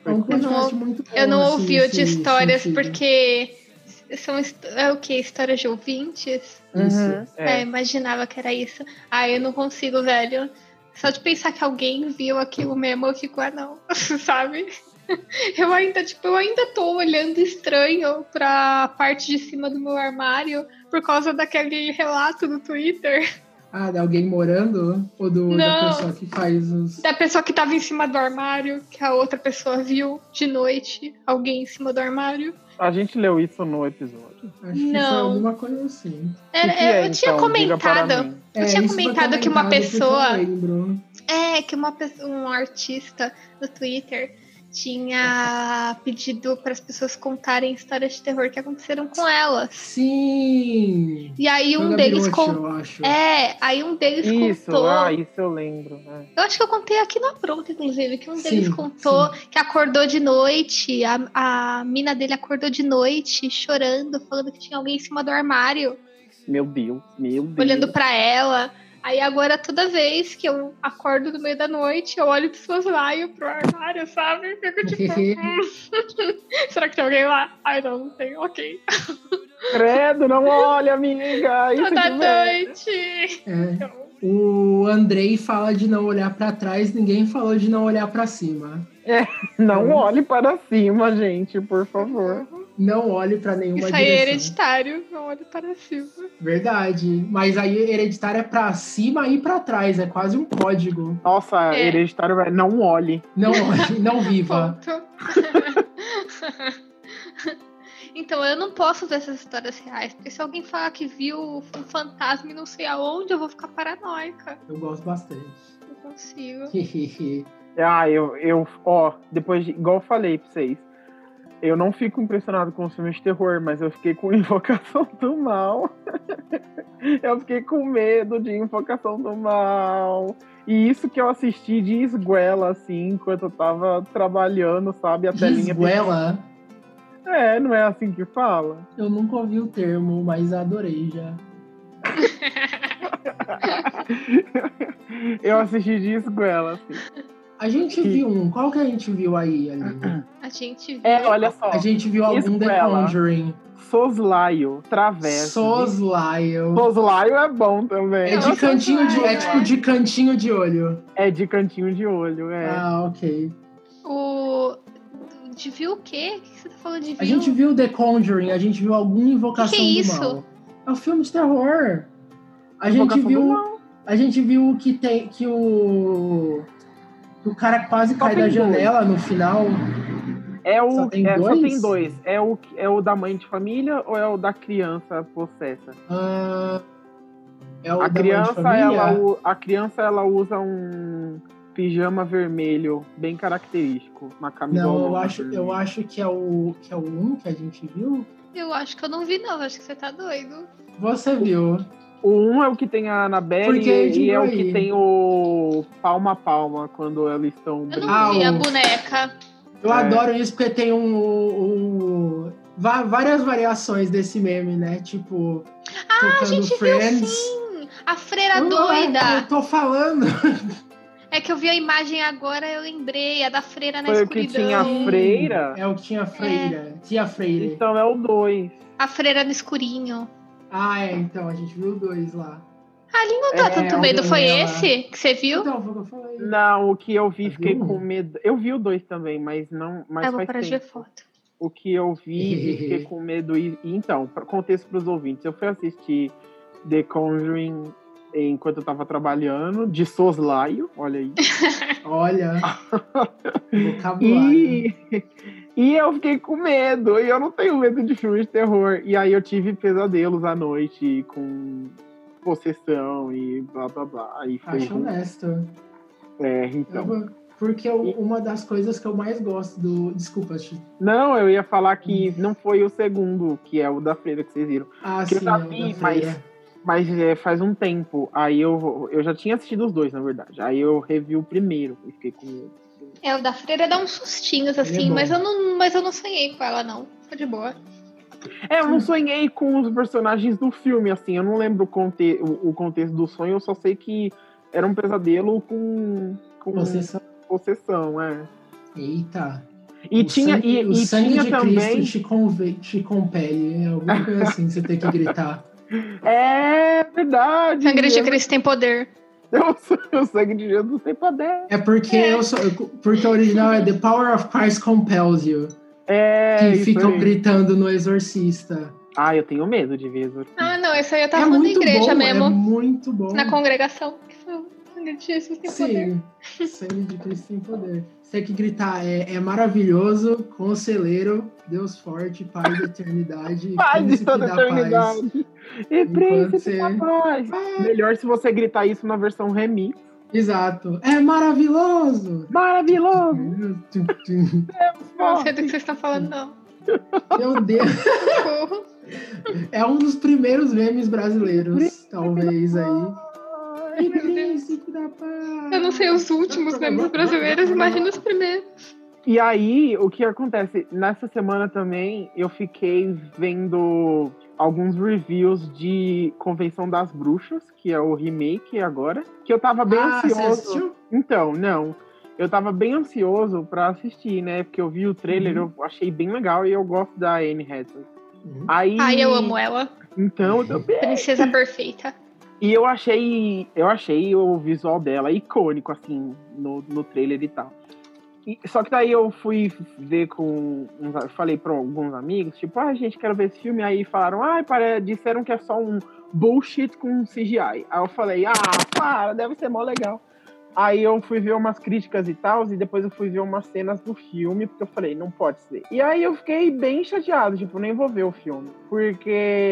É um Eu não, podcast muito bom. eu não assim, ouvi o de nesse histórias sentido. porque são hist- é o que? Histórias de ouvintes? Isso. Uhum, É, é. imaginava que era isso. Ah, eu não consigo, velho. Só de pensar que alguém viu aquilo mesmo, eu fico, ah, não, sabe? Eu ainda, tipo, eu ainda tô olhando estranho pra parte de cima do meu armário por causa daquele relato do Twitter. Ah, de alguém morando? Ou do, da Não. pessoa que faz os. Da pessoa que tava em cima do armário, que a outra pessoa viu de noite alguém em cima do armário. A gente leu isso no episódio. Acho que Não. foi alguma coisa assim. Era- O que é, eu tinha então? Diga para comentado. mim. Eu tinha isso foi comentado que uma comentado porque pessoa. Eu lembro. É, que uma pessoa, um artista no Twitter tinha pedido para as pessoas contarem histórias de terror que aconteceram com elas. Sim! E aí um Foi deles Gabiroche, contou. eu acho. É, aí um deles Isso, contou. ah, isso eu lembro. né? Eu acho que eu contei aqui no Apronto, inclusive, que um deles Sim, contou que acordou de noite, a, a mina dele acordou de noite, chorando, falando que tinha alguém em cima do armário, Meu Deus, meu Deus. olhando pra ela. Aí agora, toda vez que eu acordo no meio da noite, eu olho pros seus raios pro armário, sabe? Fico tipo, hum, será que tem alguém lá? Ai, não, não tem, ok. Credo, não olha, amiga. Isso Toda que vem. noite. É. Então, O Andrei fala de não olhar pra trás, ninguém falou de não olhar pra cima. Não olhe para cima, gente, por favor. Não olhe pra nenhuma isso aí é direção. hereditário, não olho para cima. Verdade. Mas aí hereditário é pra cima e pra trás, é quase um código. Nossa, É. hereditário é não olhe. Não olhe, não viva. Ponto. Então, eu não posso ver essas histórias reais, porque se alguém falar que viu um fantasma e não sei aonde, eu vou ficar paranoica. Eu gosto bastante. Não consigo. Ah, eu, eu, ó, depois de, igual eu falei pra vocês, eu não fico impressionado com os filmes de terror, mas eu fiquei com Invocação do Mal. Eu fiquei com medo de Invocação do Mal. E isso que eu assisti de esguela, assim, enquanto eu tava trabalhando, sabe? A telinha. Esguela? É, não é assim que fala? Eu nunca ouvi o termo, mas adorei já. Eu assisti de esguela, assim. A gente viu um. Qual que a gente viu aí, Aline? A gente viu. É, olha só. A gente viu algum The Esguela. Conjuring. Soslaio, Travesso. Soslaio. Soslaio é bom também. É de Nossa, cantinho de. É Soslaio. tipo de cantinho de olho. É de cantinho de olho, é. Ah, ok. O. De viu o quê? O que você tá falando de viu? A gente viu The Conjuring, a gente viu alguma invocação Que que é do isso? mal. É um filme de terror. A gente Invocação do viu. Mal. A gente viu que tem. Que o. Que o cara quase Só cai tem da dois. janela no final. É o, Só tem é, só dois? tem dois. É o, é o da mãe de família ou é o da criança possessa? Ah, é o A da mãe de criança, família? ela, u- a criança, ela usa um pijama vermelho, bem característico. Uma camisola. Não, eu acho, eu acho que é o que é o um que a gente viu. Eu acho que eu não vi, não. Acho que você tá doido. Você viu? O um é o que tem a Annabelle Porque eu e, digo e é o aí. que tem o palma a palma quando eles estão Eu não Ah, vi a o- boneca. Eu É. adoro isso porque tem um, um- va- várias variações desse meme, né? Tipo, Ah, a tocando gente Friends. viu sim! A freira Eu- doida! Eu tô falando. É que eu vi a imagem agora, eu lembrei. A da freira na Foi o que escuridão. tinha a freira. É o que tinha freira. Tinha freira. Então é o dois. A freira no escurinho. Ah, é, então, a gente viu dois lá. Ali não tá É, tanto o medo. Foi dela. esse que você viu? Então, foi o que eu falei. Não, o que eu vi, Você fiquei viu? com medo. Eu vi o dois também, mas não. Mas Ah, eu vou faz parar de tempo. ver foto. O que eu vi e fiquei com medo. E, e então, pra, contexto para os ouvintes, eu fui assistir The Conjuring enquanto eu tava trabalhando, de soslaio, olha aí. Olha, vocabulário. E, e eu fiquei com medo, e eu não tenho medo de filmes de terror. E aí eu tive pesadelos à noite com possessão e blá blá blá. E foi Acho ruim. honesto. É, Eu então. vou- Porque eu- uma das coisas que eu mais gosto do. Desculpa, Chi. Não, eu ia falar que não foi o segundo, que é o da freira que vocês viram. Ah, Que eu sim, já é o da vi, freira. mas, mas é, faz um tempo. Aí eu, eu já tinha assistido os dois, na verdade. Aí eu revi o primeiro e fiquei com medo. É, o da freira dá uns sustinhos, Ele é assim, bom. mas eu, não, mas eu não sonhei com ela, não. Foi de boa. É, eu não sonhei com os personagens do filme, assim. Eu não lembro o, conte o, o contexto do sonho, eu só sei que era um pesadelo com, com Possessão. possessão, é. Eita. E o tinha, sangue, e, o e sangue tinha de também... Cristo te, conve, te compele. É alguma coisa assim, você tem que gritar. É verdade. Sangue de Cristo tem poder. O sangue de Jesus tem poder. É porque, É. Eu sou, porque o original é The Power of Christ Compels You. É, Que isso ficam aí. gritando no Exorcista. Ah, eu tenho medo de ver Exorcista. Ah, não, esse aí eu tava É falando na muito igreja bom, mesmo. é muito bom. Na congregação. Sangue de Jesus tem poder. Sim, sangue de Cristo tem poder. Você tem que gritar, é, é maravilhoso, conselheiro, Deus forte, Pai da eternidade, Pai de príncipe toda da paz. eternidade. E Enquanto príncipe você- da paz. Ah. Melhor se você gritar isso na versão remix. Exato. É maravilhoso! Maravilhoso. Não sei do que vocês estão falando, não. Meu Deus. Socorro. É um dos primeiros memes brasileiros, talvez aí. Ai, meu Deus. Príncipe da paz. Eu não sei os últimos memes brasileiros, imagina os primeiros. E aí, o que acontece? Nessa semana também, eu fiquei vendo alguns reviews de Convenção das Bruxas, que é o remake agora, que eu tava bem Ah, você ansioso. assistiu? Então, não. Eu tava bem ansioso pra assistir, né? Porque eu vi o trailer, Uhum. eu achei bem legal e eu gosto da Anne Hathaway. Uhum. Aí, Ai, eu amo ela. Então, eu também. Princesa perfeita. E eu achei, eu achei o visual dela icônico, assim, no, no trailer e tal. E, só que daí eu fui ver com... Uns, eu falei pra alguns amigos, tipo, ah, gente, quero ver esse filme. Aí falaram, ah, para, disseram que é só um bullshit com C G I. Aí eu falei, ah, para, deve ser mó legal. Aí eu fui ver umas críticas e tal, e depois eu fui ver umas cenas do filme, porque eu falei, não pode ser. E aí eu fiquei bem chateado, tipo, nem vou ver o filme. Porque...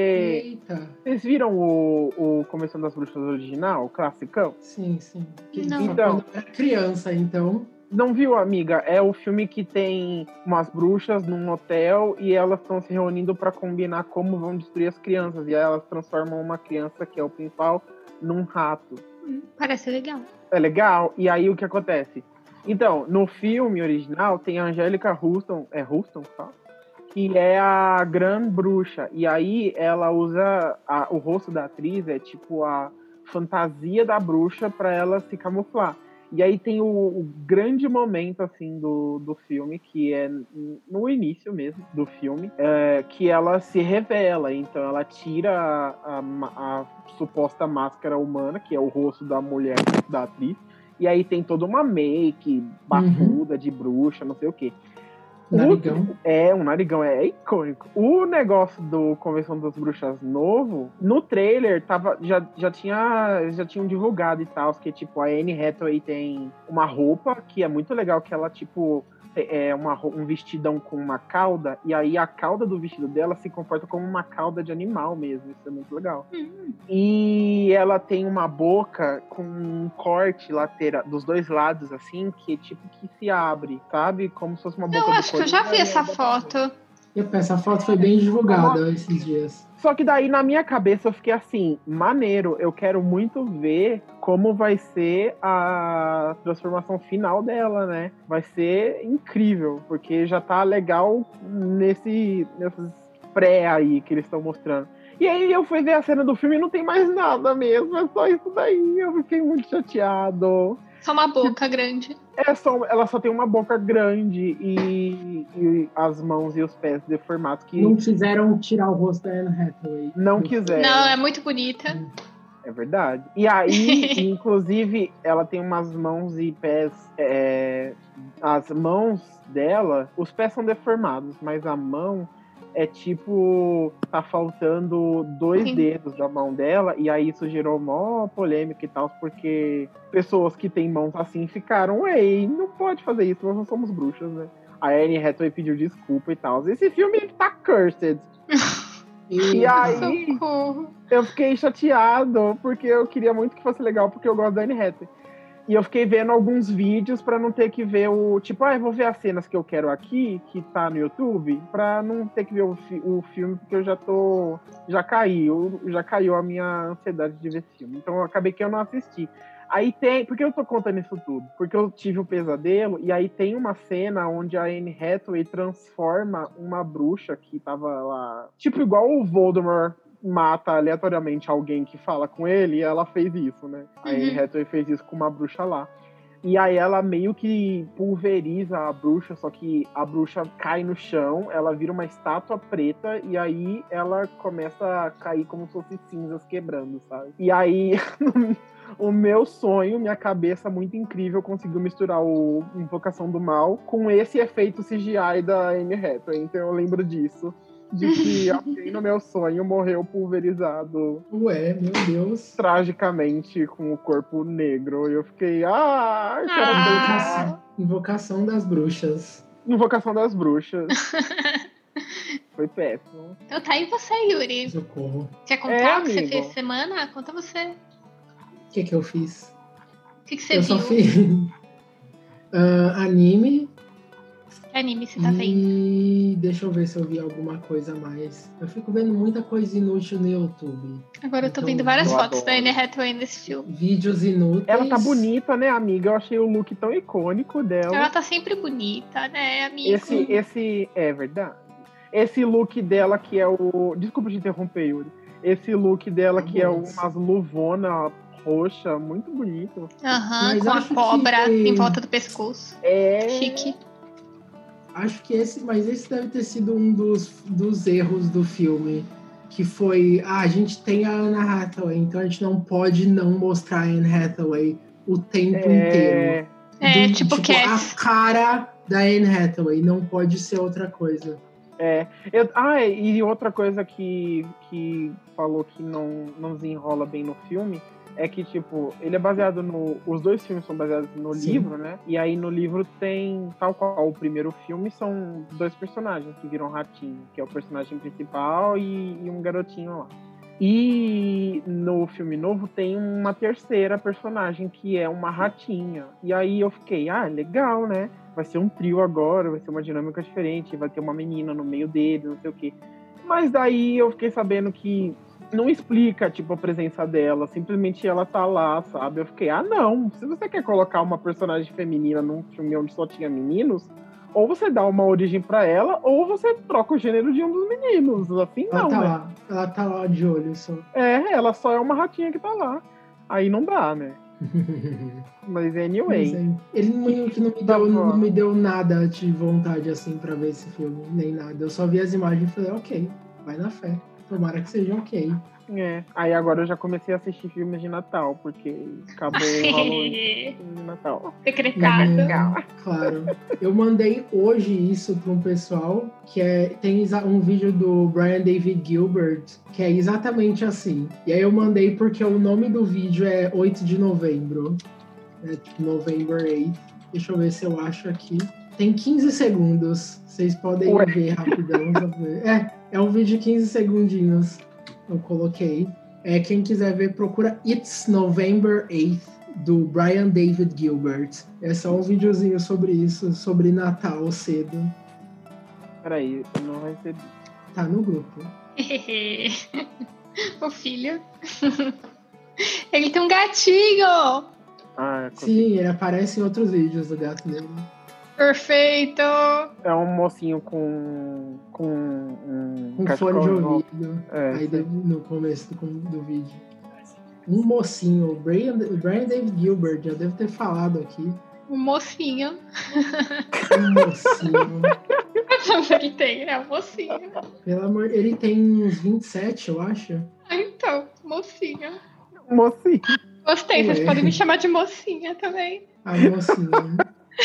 Eita. Vocês viram o, o Convenção das Bruxas original, o classicão? Sim, sim. Que Não. só Então. quando eu era criança, então. Não viu, amiga? É o filme que tem umas bruxas num hotel e elas estão se reunindo pra combinar como vão destruir as crianças. E aí elas transformam uma criança, que é o principal, num rato. Parece legal. É legal? E aí o que acontece? Então, no filme original tem a Angélica Houston, é Houston, tá? Que é a Gran Bruxa. E aí ela usa a, o rosto da atriz, é tipo a fantasia da bruxa pra ela se camuflar. E aí tem o, o grande momento, assim, do, do filme, que é no início mesmo do filme, é, que ela se revela. Então ela tira a, a, a suposta máscara humana, que é o rosto da mulher, da atriz, e aí tem toda uma make bafuda, uhum, de bruxa, não sei o quê. Narigão. O, é, um narigão, é, é icônico. O negócio do Convenção das Bruxas novo, no trailer, tava, já, já, tinha, já tinham divulgado e tal, que tipo, a Anne Hathaway tem uma roupa que é muito legal, que ela, tipo, é uma, um vestidão com uma cauda, e aí a cauda do vestido dela se comporta como uma cauda de animal mesmo, isso é muito legal. Uhum. E ela tem uma boca com um corte lateral, dos dois lados, assim, que tipo que se abre, sabe? Como se fosse uma boca eu do acho que eu já vi essa foto. Essa foto foi bem divulgada esses dias. Só que daí, na minha cabeça, eu fiquei assim, maneiro, eu quero muito ver como vai ser a transformação final dela, né? Vai ser incrível, porque já tá legal nesse, nesses pré aí que eles estão mostrando. E aí eu fui ver a cena do filme e não tem mais nada mesmo, é só isso daí, eu fiquei muito chateado. Só uma boca grande. É só, ela só tem uma boca grande e, e as mãos e os pés deformados. Que não quiseram tirar o rosto da Anne Hathaway. Não quiseram. Não, é muito bonita. É verdade. E aí, inclusive, ela tem umas mãos e pés... É, as mãos dela, os pés são deformados, mas a mão... é tipo, tá faltando dois Sim. dedos da mão dela, e aí isso gerou mó polêmica e tal, porque pessoas que têm mãos assim ficaram, ei, não pode fazer isso, nós não somos bruxas, né? A Anne Hathaway pediu desculpa e tal. Esse filme tá cursed. E aí, Socorro. eu fiquei chateado, porque eu queria muito que fosse legal, porque eu gosto da Anne Hathaway. E eu fiquei vendo alguns vídeos pra não ter que ver o... Tipo, ah, eu vou ver as cenas que eu quero aqui, que tá no YouTube, pra não ter que ver o, fi- o filme, porque eu já tô... Já caiu, já caiu a minha ansiedade de ver esse filme. Então eu acabei que eu não assisti. Aí tem... Por que eu tô contando isso tudo? Porque eu tive um pesadelo, e aí tem uma cena onde a Anne Hathaway transforma uma bruxa que tava lá... Tipo, igual o Voldemort mata aleatoriamente alguém que fala com ele, e ela fez isso, né? A Anne Hathaway fez isso com uma bruxa lá. E aí ela meio que pulveriza a bruxa, só que a bruxa cai no chão, ela vira uma estátua preta e aí ela começa a cair como se fosse cinzas quebrando, sabe? E aí o meu sonho, minha cabeça muito incrível, conseguiu misturar o Invocação do Mal com esse efeito C G I da Anne Hathaway. Então eu lembro disso. De que alguém no meu sonho morreu pulverizado. Ué, meu Deus. Tragicamente, com o corpo negro. E eu fiquei, ah, eu quero Ah. Invocação, invocação das bruxas. Invocação das bruxas. Foi péssimo. Então tá, e você, Yuri? Socorro. Quer contar É, o que você amigo. fez essa semana? Conta você. O que que eu fiz? O que, que você eu viu? só fiz ah, anime. Que anime você tá vendo? E deixa eu ver se eu vi alguma coisa a mais. Eu fico vendo muita coisa inútil no YouTube. Agora eu tô Então, vendo várias eu fotos adoro. da Anne Hathaway nesse filme. Vídeos inúteis. Ela tá bonita, né, amiga? Eu achei o look tão icônico dela. Ela tá sempre bonita, né, amigo? Esse, esse, é verdade. Esse look dela que é o... Desculpa te interromper, Yuri. Esse look dela Tá que é bom. umas luvona roxa, muito bonito. Aham, Mas com a acho que- cobra em volta do pescoço. É... Chique. Acho que esse, mas esse deve ter sido um dos, dos erros do filme. Que foi, ah, a gente tem a Anne Hathaway, então a gente não pode não mostrar a Anne Hathaway o tempo inteiro. É, Do- tipo Cats. a cara da Anne Hathaway, não pode ser outra coisa. É, eu, ah, e outra coisa que, que falou que não, não desenrola bem no filme é que, tipo, ele é baseado no... Os dois filmes são baseados no Sim. livro, né? E aí no livro tem, tal qual o primeiro filme, são dois personagens que viram ratinho, que é o personagem principal e, e um garotinho lá. E no filme novo tem uma terceira personagem que é uma ratinha. E aí eu fiquei, ah, legal, né? Vai ser um trio agora, vai ser uma dinâmica diferente, vai ter uma menina no meio deles, não sei o quê. Mas daí eu fiquei sabendo que não explica, tipo, a presença dela, simplesmente ela tá lá, sabe? Eu fiquei, ah, não, se você quer colocar uma personagem feminina num filme onde só tinha meninos, ou você dá uma origem pra ela, ou você troca o gênero de um dos meninos, assim Ela não, tá né? lá, ela tá lá de olho só. É, ela só é uma ratinha que tá lá. Aí não dá, né? Mas anyway. Mas é, ele meio que não me, Tá deu, bom. não me deu nada de vontade assim pra ver esse filme, nem nada. Eu só vi as imagens e falei, ok, vai na fé. Tomara que seja ok. É. Aí agora eu já comecei a assistir filmes de Natal, porque acabou o Halloween de Natal. Secretado. Uhum, claro. Eu mandei hoje isso para um pessoal que é, tem exa- um vídeo do Brian David Gilbert que é exatamente assim. E aí eu mandei porque o nome do vídeo é oito de novembro. É tipo November eighth. Deixa eu ver se eu acho aqui. Tem quinze segundos. Vocês podem Ué. ver rapidão. sabe? É, é um vídeo de quinze segundinhos. Eu coloquei. É, quem quiser ver, procura It's November eighth, do Brian David Gilbert. É só um videozinho sobre isso, sobre Natal cedo. Peraí, eu não recebi. Tá no grupo. O filho. Ele tem um gatinho! Ah, consegui. Sim, ele aparece em outros vídeos do gato dele. Perfeito! É um mocinho com. com um. Com cachecol fone de no- ouvido. É, Aí sim. deve- no começo do, do vídeo. Um mocinho, o Brian, o Brian David Gilbert, já deve ter falado aqui. O mocinho. Um mocinho. Quantos anos ele tem? É o mocinho. Pelo amor, ele tem uns vinte e sete, eu acho. Ah, então, mocinho. Mocinho. Gostei, vocês Ué. podem me chamar de mocinha também. A mocinha.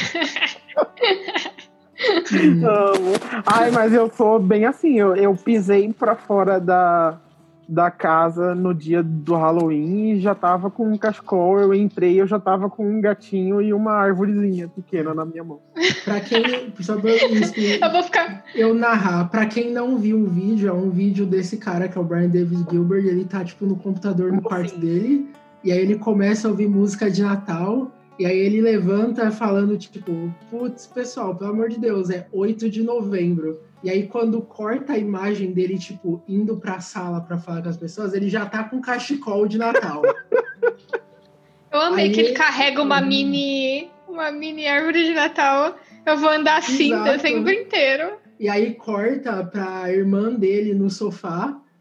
Hum. Amo. Ai, mas eu sou bem assim, eu, eu pisei pra fora da, da casa no dia do Halloween e já tava com um cachecol, eu entrei, eu já tava com um gatinho e uma árvorezinha pequena na minha mão. Pra quem. Só pra eu, Eu vou ficar. eu narrar, pra quem não viu o vídeo, é um vídeo desse cara que é o Brian David Gilbert. Ele tá tipo no computador no quarto dele, e aí ele começa a ouvir música de Natal. E aí ele levanta falando, tipo, putz, pessoal, pelo amor de Deus, é oito de novembro. E aí quando corta a imagem dele, tipo, indo pra sala pra falar com as pessoas, ele já tá com cachecol de Natal. Eu amei Aí- que ele carrega uma mini. Uma mini árvore de Natal. Eu vou andar assim Exato. dezembro inteiro. E aí corta pra irmã dele no sofá,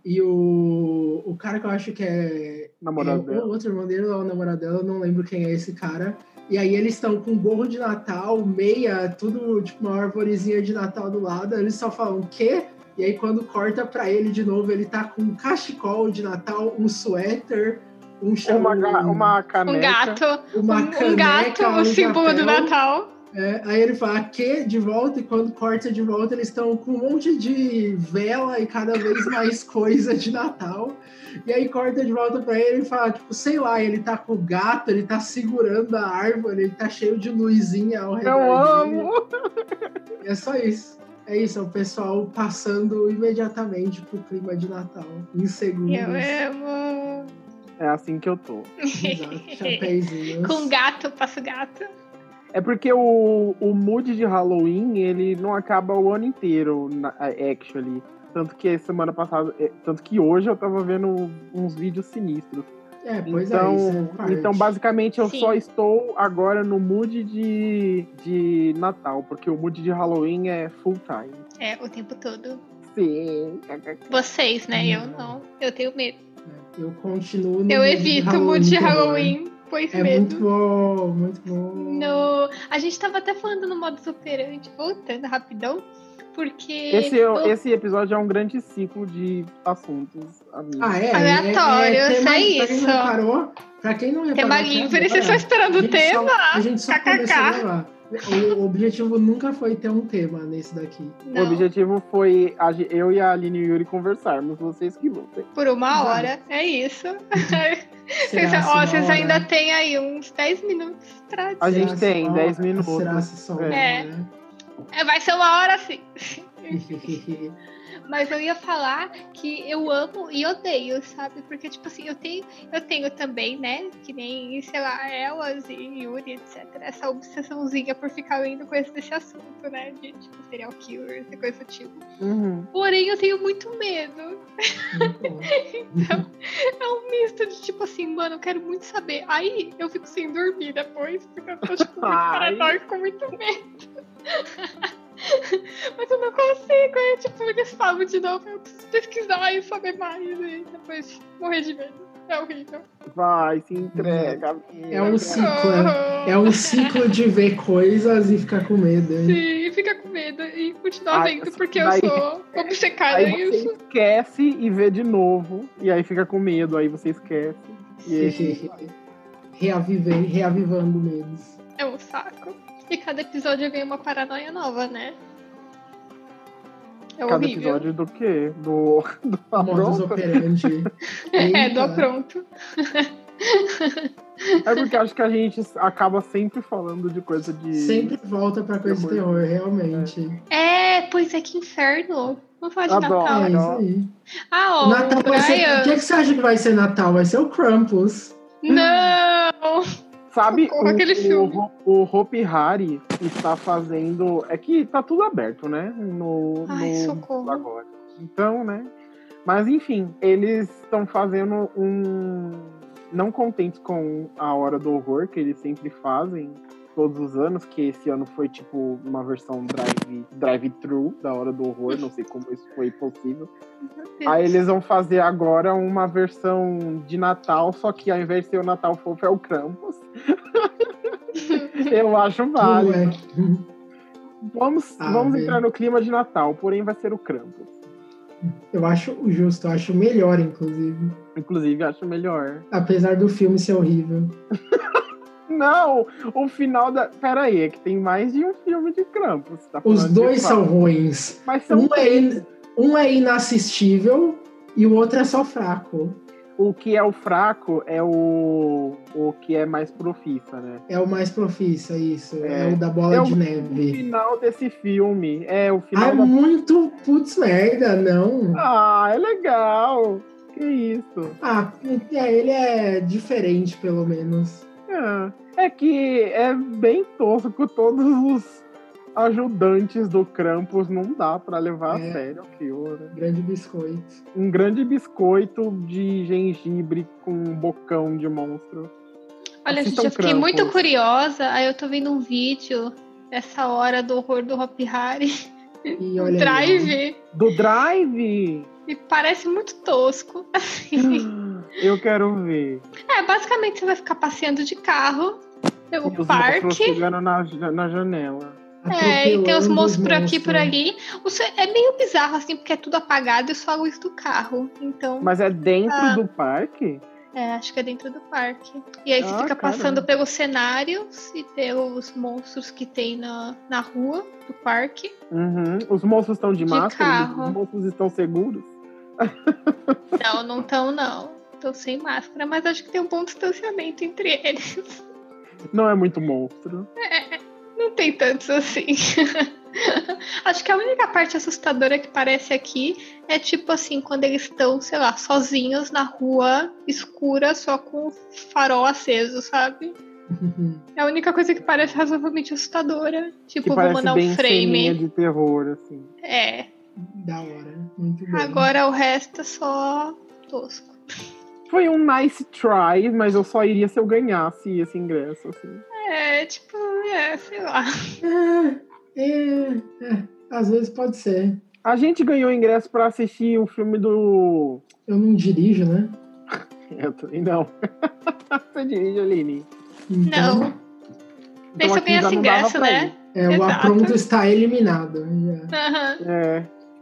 E o, o cara que eu acho que é, Namorado é dela. o outro irmão dele, ou o namorado dela, eu não lembro quem é esse cara. E aí eles estão com gorro de Natal, meia, tudo tipo uma arvorezinha de Natal do lado. Eles só falam, o quê? E aí quando corta pra ele de novo, ele tá com um cachecol de Natal, um suéter, um Uma, ga- um, uma caneca. Um gato. uma um, caneca, um gato, um o símbolo do chapéu. Natal. É, aí ele fala, que? De volta, e quando corta de volta, eles estão com um monte de vela e cada vez mais coisa de Natal. E aí corta de volta pra ele e fala, tipo, sei lá, ele tá com o gato, ele tá segurando a árvore, ele tá cheio de luzinha ao redor Eu dele. amo! E é só isso. É isso, é o pessoal passando imediatamente pro clima de Natal, em segundos. Eu amo. É assim que eu tô. Exato, chapéuzinhos. Com gato, passo gato. É porque o, o mood de Halloween, ele não acaba o ano inteiro, na, actually. Tanto que semana passada, é, tanto que hoje eu tava vendo uns vídeos sinistros. É, pois então, é, isso é parte. então, basicamente, eu Sim. só estou agora no mood de, de Natal, porque o mood de Halloween é full time. É, o tempo todo. Sim. Vocês, né? Hum. Eu não. Eu tenho medo. Eu continuo no Eu mood evito o mood de terror. Halloween, pois É medo. muito bom, muito bom. No... A gente tava até falando no modus operandi, voltando rapidão, porque... Esse, é- eu- esse episódio é um grande ciclo de assuntos, amigos. Ah, é? Aleatório, é, é, eu tema, sei pra quem isso. não reparou, pra quem não reparou... Tema até livre, agora, vocês estão esperando a o gente tema? Só, a gente só Kkk. começou a gravar. O objetivo nunca foi ter um tema nesse daqui. O Não, objetivo foi a ge- eu e a Aline e o Yuri conversarmos, vocês que lutem. por uma Vai. hora, é isso. Será Vocês, se ó, uma vocês hora? ainda têm aí uns dez minutos pra A dizer. gente Será tem se uma dez hora? minutos. Será se só uma É. hora? É, vai ser uma hora sim. Mas eu ia falar que eu amo e odeio, sabe? Porque, tipo assim, eu tenho, eu tenho também, né? Que nem, sei lá, Elas e Yuri, etcétera. Essa obsessãozinha por ficar lendo coisas desse assunto, né? De, tipo, serial killers e coisa do tipo. Uhum. Porém, eu tenho muito medo. Muito bom. Então, é um misto de, tipo assim, mano, eu quero muito saber. Aí, eu fico sem dormir depois, porque eu tô, tipo, muito Ai. paranoica, com muito medo. Mas eu não consigo, aí tipo, eles falam de novo, eu preciso pesquisar e saber mais, e depois morrer de medo. É horrível. Vai, se entrega. amiga. É um ciclo, é, é um ciclo de ver coisas e ficar com medo. Hein? Sim, fica com medo e continuar Ai, vendo, porque daí- eu sou obcecada Aí nisso. você esquece e vê de novo, e aí fica com medo, aí você esquece. E aí, Reaviver, reavivando medos. É um saco. E cada episódio ganha uma paranoia nova, né? É cada horrível. episódio do quê? Do, do Modus Apronto? operandi. É, do Eita. apronto. É porque acho que a gente acaba sempre falando de coisa de... Sempre volta pra coisa de terror, realmente. É, pois é, que inferno. Vamos falar de Adoro. Natal. É não. isso aí. Ah, O ó, Natal o vai ser. O Brian. que, é que você acha que vai ser Natal? Vai ser o Krampus. Não! Sabe, Socorro, aquele o, filme. o, o Hopi Hari está fazendo... É que tá tudo aberto, né? No, Ai, no socorro. agora. Então, né? Mas, enfim, eles estão fazendo um... Não contentes com a Hora do Horror, que eles sempre fazem todos os anos, que esse ano foi, tipo, uma versão drive, drive-thru da Hora do Horror. Não sei como isso foi possível. Aí eles vão fazer agora uma versão de Natal, só que ao invés de ser o Natal fofo, é o Krampus. Eu acho válido. Ué. Vamos, Ah, vamos velho. entrar no clima de Natal, porém vai ser o Krampus. Eu acho justo, eu acho melhor, inclusive. Inclusive, acho melhor. Apesar do filme ser horrível. Não, o final da... Pera aí, é que tem mais de um filme de Krampus. Tá Os falando dois de são qual? ruins. Mas são Um é, três. in- um é inassistível e o outro é só fraco. O que é o fraco é o, o que é mais profissa, né? É o mais profissa, isso. É, É. o da bola É de o- O neve. final desse filme. É, o Ah, final é da... muito putz merda, não. Ah, é legal. Que isso. Ah, é, ele é diferente, pelo menos. É, é que é bem tosco, todos os ajudantes do Krampus não dá pra levar É. a sério aquilo, né? Grande biscoito. Um grande biscoito de gengibre com um bocão de monstro. Olha, Assistam gente, eu fiquei Krampus. muito curiosa. Aí eu tô vendo um vídeo dessa hora do horror do Hopi Hari. E olha aí, Drive. Do Drive! E parece muito tosco. Assim. Eu quero ver. É, basicamente você vai ficar passeando de carro pelo E os parque. monstros chegando na, na janela. É, e tem os Atropelando monstros os por aqui e por monstros. ali. O ce- É meio bizarro, assim, porque é tudo apagado e só a luz do carro. Então, Mas é dentro Ah. do parque? é, acho que é dentro do parque. E aí você Ah, fica passando caramba. pelos cenários e pelos monstros que tem na, na rua do parque. Uhum. Os monstros estão de, De máscara? carro. Os monstros estão seguros? Não, não estão, não. Estão sem máscara, mas acho que tem um bom distanciamento entre eles. Não é muito monstro. Não tem tantos assim. Acho que a única parte assustadora que parece aqui é tipo assim, quando eles estão, sei lá, sozinhos na rua escura, só com o farol aceso, sabe? É a única coisa que parece razoavelmente assustadora. Tipo, Que vou parece mandar bem um ceninha frame. de terror, assim. É. Da hora. Muito bom. Agora o resto é só tosco. Foi um nice try, mas eu só iria se eu ganhasse esse ingresso, assim. É, tipo, é, sei lá. É, é, é, às vezes pode ser. A gente ganhou ingresso pra assistir o filme do... Eu não dirijo, né? Eu também não. Você dirige, Aline? Então, Não. Nem se eu aqui já ganhasse não dava ingresso, pra né? ir. É, o Exato. apronto está eliminado. Já. Aham. É.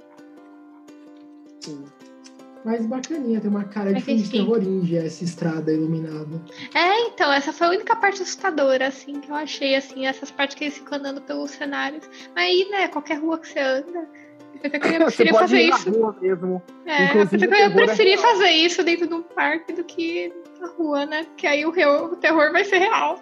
Sim. Mas bacaninha, tem uma cara de Mas filme de enfim. terror índia, essa estrada iluminada. É, então, essa foi a única parte assustadora, assim, que eu achei, assim, essas partes que eles ficam andando pelos cenários. Mas aí, né, qualquer rua que você anda, eu até queria Você preferir pode fazer ir na isso. rua mesmo. É, eu Inclusive, pensei que eu o ia terror é preferir real. fazer isso dentro de um parque do que na rua, né? Porque aí o, real- o terror vai ser real.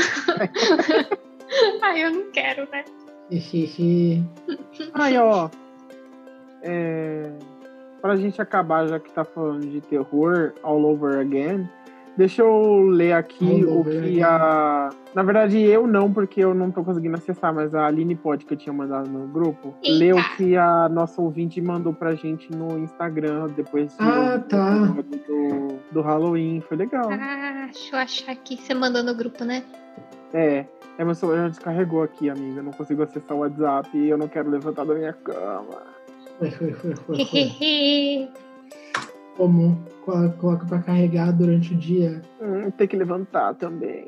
Aí eu não quero, né? Hehehe. Aí, ó. É... Pra gente acabar, já que tá falando de terror all over again, deixa eu ler aqui All o over que again. a... Na verdade, eu não, porque eu não tô conseguindo acessar, mas a Aline pode, que eu tinha mandado no grupo, Eita. leu o que a nossa ouvinte mandou pra gente no Instagram, depois de Ah, ouvir o tá. episódio do, do Halloween. Foi legal. Ah, deixa eu achar aqui. Você mandou no grupo, né? É, é, meu celular descarregou aqui, amiga. Eu não consigo acessar o WhatsApp e eu não quero levantar da minha cama. Foi, foi, foi, foi, foi. Hehehe. Como colo- coloca pra carregar durante o dia. Hum, tem que levantar também.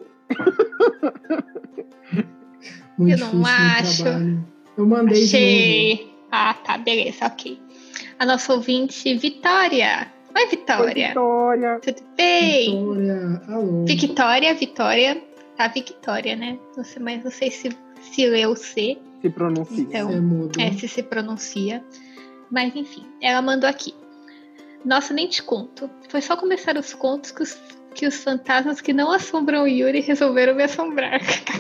Muito Eu não difícil no acho. trabalho. Eu mandei de novo. Achei. Ah, tá, beleza, ok. A nossa ouvinte, Vitória. Oi, Oi, Vitória. Vitória. Tudo bem? Vitória, alô. Victória, Vitória. Tá, Victória, né? Não sei, mas não sei se, se lê o C. Se pronuncia. Então, Você muda. é, se se pronuncia. Mas enfim, ela mandou aqui. Nossa, nem te conto. Foi só começar os contos que os, que os fantasmas que não assombram o Yuri resolveram me assombrar.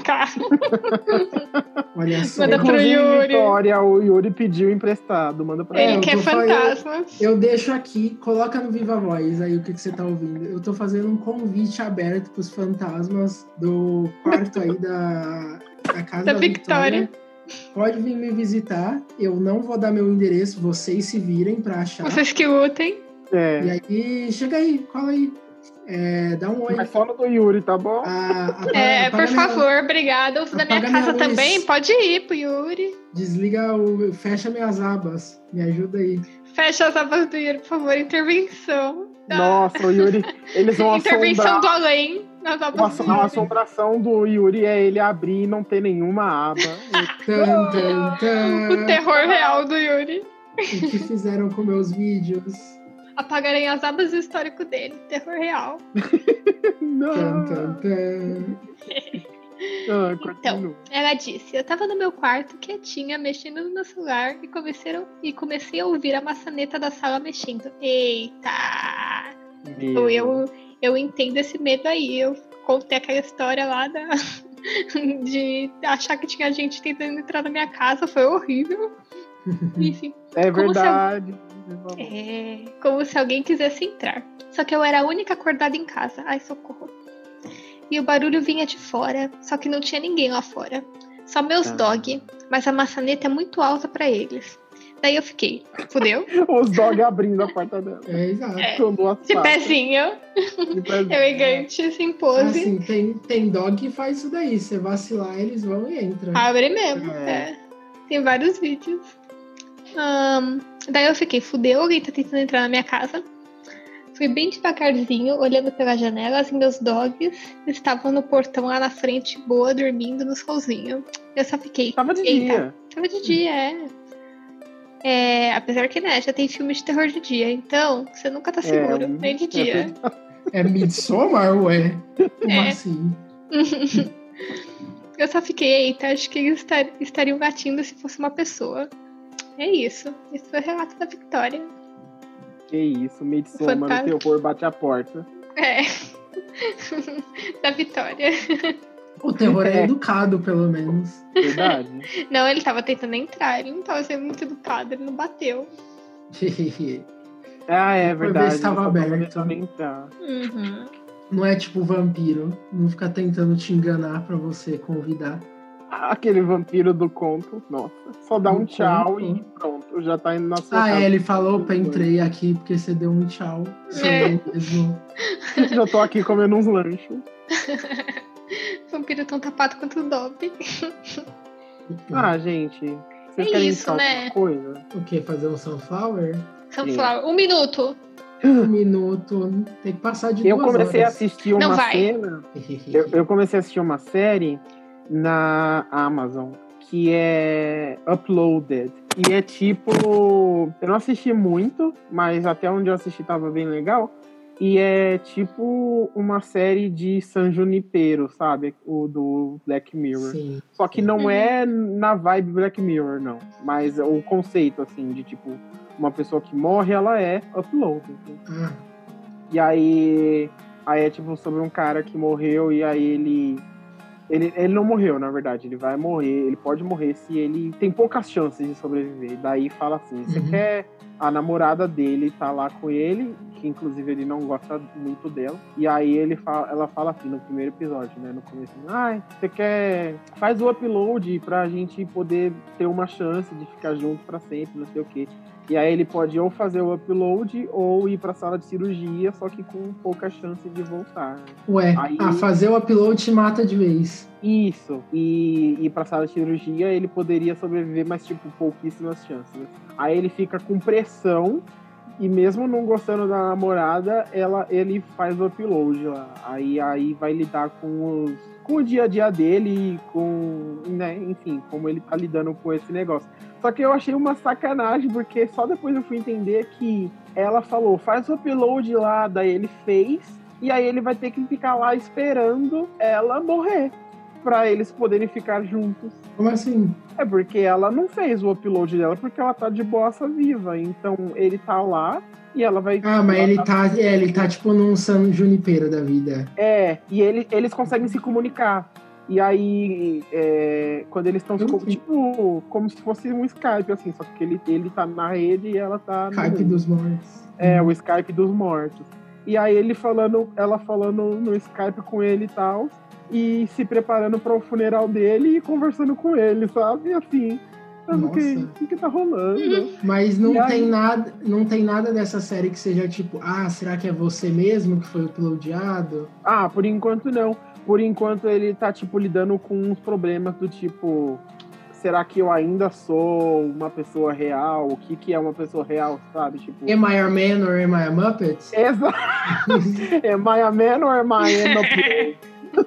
Olha só. Manda pro Inclusive, Yuri. Vitória, o Yuri pediu emprestado. Manda pra É, Ele eu quer tô falando- fantasmas. Eu deixo aqui, coloca no Viva Voz aí o que, que você tá ouvindo. Eu tô fazendo um convite aberto pros fantasmas do quarto aí da, da casa Da da, Victória. Victória. Pode vir me visitar. Eu não vou dar meu endereço, vocês se virem pra achar. Vocês que lutem. É, E aí, chega aí, cola aí. É, dá um oi. mas só no do Yuri, tá bom? A- apaga- É, por apaga minha- favor, obrigada. Os da minha apaga casa minha luz. também, pode ir pro Yuri. Desliga o. Fecha minhas abas. Me ajuda aí. Fecha as abas do Yuri, por favor. Intervenção. Nossa, o Yuri, eles vão Intervenção do assombrar. além nas Uma, abas do a Yuri. assombração do Yuri é ele abrir e não ter nenhuma aba. Tan, tan, tan. O terror real do Yuri. O que fizeram com meus vídeos? Apagarem as abas do histórico dele. Terror real. Tan, Não. tan, tan. Ah, continua. Ela disse, eu tava no meu quarto, quietinha, mexendo no meu celular e comecei, a- e comecei a ouvir a maçaneta da sala mexendo. Eita! Meu. Eu, eu entendo esse medo aí. Eu contei aquela história lá da, de achar que tinha gente tentando entrar na minha casa. Foi horrível. Enfim, É como se- verdade. é como se alguém quisesse entrar. Só que eu era a única acordada em casa. Ai, socorro. E o barulho vinha de fora, só que não tinha ninguém lá fora. Só meus Tá. dog, mas a maçaneta é muito alta pra eles. Daí eu fiquei, fudeu? Os dogs abrindo a porta dela. É, exato. É. Com duas De patas. pezinho, De pezinho. elegante, sem pose. Assim, tem, tem dog que faz isso daí. Você vacilar, eles vão e entram. Abre mesmo, É. é. Tem vários vídeos. Um, daí eu fiquei, fudeu, alguém tá tentando entrar na minha casa. Fui bem devagarzinho, olhando pela janela, e meus dogs estavam no portão lá na frente, boa, dormindo no solzinho. Eu só fiquei... Tava de eita, dia. Tava de dia, é. É, apesar que, né, já tem filme de terror de dia, então você nunca tá seguro, É, nem de é dia. É Midsommar, ué? Como É. assim? Eu só fiquei, eita, acho que eles estar- estariam latindo se fosse uma pessoa. É isso. Esse foi o relato da Victoria. Que isso, Midsommar, o Fantástico. terror bate a porta. É. Da Vitória. O terror é É. educado, pelo menos. Verdade. Não, ele tava tentando entrar, ele não tava sendo muito educado, ele não bateu. Ah, é Foi ver verdade. se tava ele só aberto. tentando entrar. Uhum. Não é tipo vampiro. Não fica tentando te enganar pra você convidar. Ah, aquele vampiro do conto, nossa. Só dá Do um tchau conto? e pronto, já tá indo na sua Ah, casa. é, ele falou pra entrei aqui porque você deu um tchau. Sou É. eu mesmo. Já tô aqui comendo uns lanches. Vampiro tão tapado quanto o Dobby. Ah, gente, vocês É querem isso, falar né? alguma coisa? O que? Fazer um sunflower? Sunflower. Um minuto. Um minuto. Tem que passar de Eu duas comecei a horas. assistir uma Não vai. cena. Eu, eu comecei a assistir uma série na Amazon que é Uploaded. E é tipo. Eu não assisti muito, mas até onde eu assisti tava bem legal. E é tipo uma série de San Junipero, sabe? O do Black Mirror. Sim. Só que não é na vibe Black Mirror, não. Mas o conceito, assim, de tipo, uma pessoa que morre, ela é uploaded. Ah, E aí, aí é tipo sobre um cara que morreu e aí ele, ele... Ele não morreu, na verdade. Ele vai morrer. Ele pode morrer se ele... Tem poucas chances de sobreviver. E daí fala assim, você Uhum. quer... A namorada dele tá lá com ele, que inclusive ele não gosta muito dela. E aí ele fala, ela fala assim no primeiro episódio, né? No começo, ai, você quer... Faz o upload pra gente poder ter uma chance de ficar junto pra sempre, não sei o quê. E aí ele pode ou fazer o upload ou ir pra sala de cirurgia, só que com pouca chance de voltar. ué, Aí- ah, fazer o upload te mata de vez. Isso. E ir pra sala de cirurgia, ele poderia sobreviver, mas tipo, pouquíssimas chances. Aí ele fica com pressão e mesmo não gostando da namorada, ela, ele faz o upload lá. Aí, aí vai lidar com, os, com o dia a dia dele e com, né, enfim, como ele tá lidando com esse negócio. Só que eu achei uma sacanagem, porque só depois eu fui entender que ela falou, faz o upload lá, daí ele fez, e aí ele vai ter que ficar lá esperando ela morrer, pra eles poderem ficar juntos. Como assim? É porque ela não fez o upload dela, porque ela tá de bossa viva, então ele tá lá e ela vai... Ah, mas ela ele tá, é, ele tá tipo num San Junipero da vida. É, e ele, eles conseguem se comunicar. E aí, é, quando eles estão, Como assim? tipo, como se fosse um Skype, assim, só que ele, ele tá na rede e ela tá... no Hype mundo. dos mortos. É, o Skype dos mortos. E aí ele falando, ela falando no Skype com ele e tal, e se preparando para o funeral dele e conversando com ele, sabe? Assim, sabe o que, Nossa. o que tá rolando? Mas não E aí- tem nada, não tem nada dessa série que seja tipo, ah, será que é você mesmo que foi uploadado? Ah, por enquanto não. Por enquanto ele tá, tipo, lidando com uns problemas do tipo... Será que eu ainda sou uma pessoa real? O que que é uma pessoa real, sabe? Tipo... Am I a man or am I a Muppet? Exato! Am I a man or am I an upload?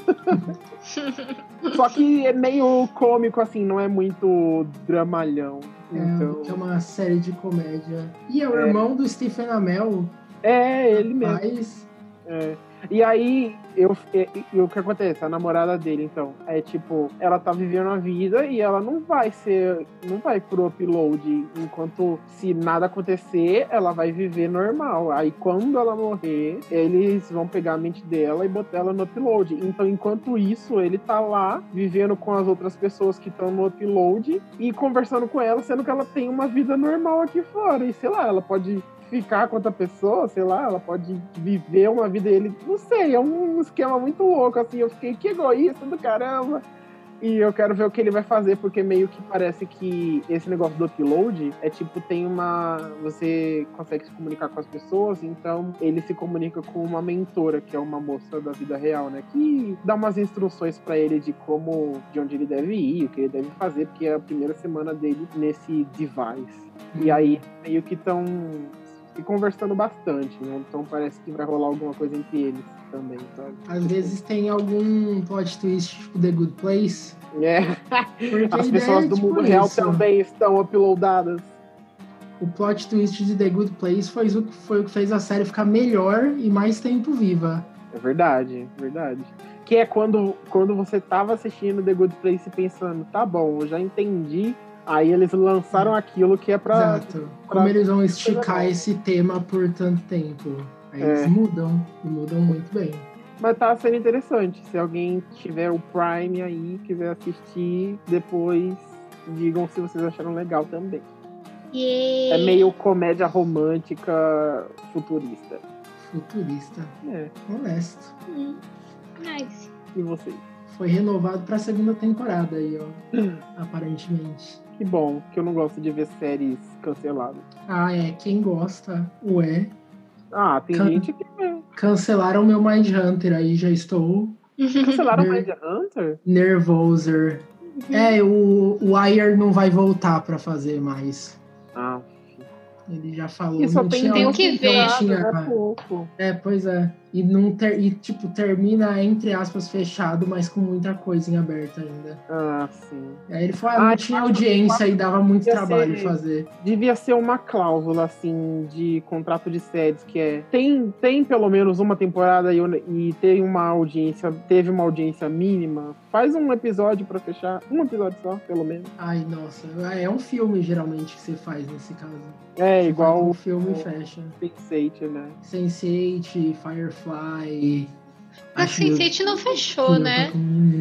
Só que é meio cômico, assim, não é muito dramalhão. É, Então... que é uma série de comédia. E é o É. irmão do Stephen Amell. É, ele mesmo. Mas É. E aí, eu, e- e o que acontece? A namorada dele, então, é tipo, ela tá vivendo a vida e ela não vai ser, não vai pro upload, enquanto se nada acontecer, ela vai viver normal. Aí quando ela morrer, eles vão pegar a mente dela e botar ela no upload. Então, enquanto isso, ele tá lá, vivendo com as outras pessoas que estão no upload e conversando com ela, sendo que ela tem uma vida normal aqui fora. E sei lá, ela pode ficar com outra pessoa, sei lá, ela pode viver uma vida dele, não sei, é um esquema muito louco, assim, eu fiquei, que egoísta do caramba. E eu quero ver o que ele vai fazer, porque meio que parece que esse negócio do upload é tipo, tem uma... Você consegue se comunicar com as pessoas, então ele se comunica com uma mentora, que é uma moça da vida real, né? Que dá umas instruções pra ele de como, de onde ele deve ir, o que ele deve fazer, porque é a primeira semana dele nesse device. Hum. E aí, meio que estão se conversando bastante, né? Então parece que vai rolar alguma coisa entre eles também, sabe? Às vezes tem algum plot twist, tipo The Good Place. É. As pessoas do mundo real também estão uploadadas. O plot twist de The Good Place foi o, que, foi o que fez a série ficar melhor e mais tempo viva. É verdade, é verdade. Que é quando, quando você tava assistindo The Good Place pensando, tá bom, eu já entendi. Aí eles lançaram aquilo que é pra... Exato. Como pra... eles vão esticar esse tema por tanto tempo. Aí é. Eles mudam, e mudam muito bem. Mas tá sendo interessante. Se alguém tiver o Prime aí, quiser assistir, depois digam se vocês acharam legal também. Yeah. É meio comédia romântica futurista. Futurista. É. Honesto. Hum. Nice. E vocês? Foi renovado pra segunda temporada aí, ó. Aparentemente. Que bom, que eu não gosto de ver séries canceladas. Ah, é. Quem gosta, ué. Ah, tem Can... gente que... Cancelaram meu Mindhunter, aí já estou... Cancelaram o Ner... Mindhunter? Nervoser. Uhum. É, o, o Wire não vai voltar pra fazer mais. Ah. Ele já falou. Isso não tem, tinha, tem que ver. Não tinha, é pouco. É, pois é. E, não ter, e, tipo, termina, entre aspas, fechado, mas com muita coisa em aberto ainda. Ah, sim. Aí ele falou, ah, não ah, tinha audiência e dava muito trabalho ser, fazer. Devia ser uma cláusula, assim, de contrato de séries, que é... Tem, tem pelo menos uma temporada e, e tem uma audiência, teve uma audiência mínima. Faz um episódio pra fechar. Um episódio só, pelo menos. Ai, nossa. É um filme, geralmente, que você faz nesse caso. É, você igual um filme e fecha. sense eight, né? sense eight, Firefly... Mas sense eight não fechou, né?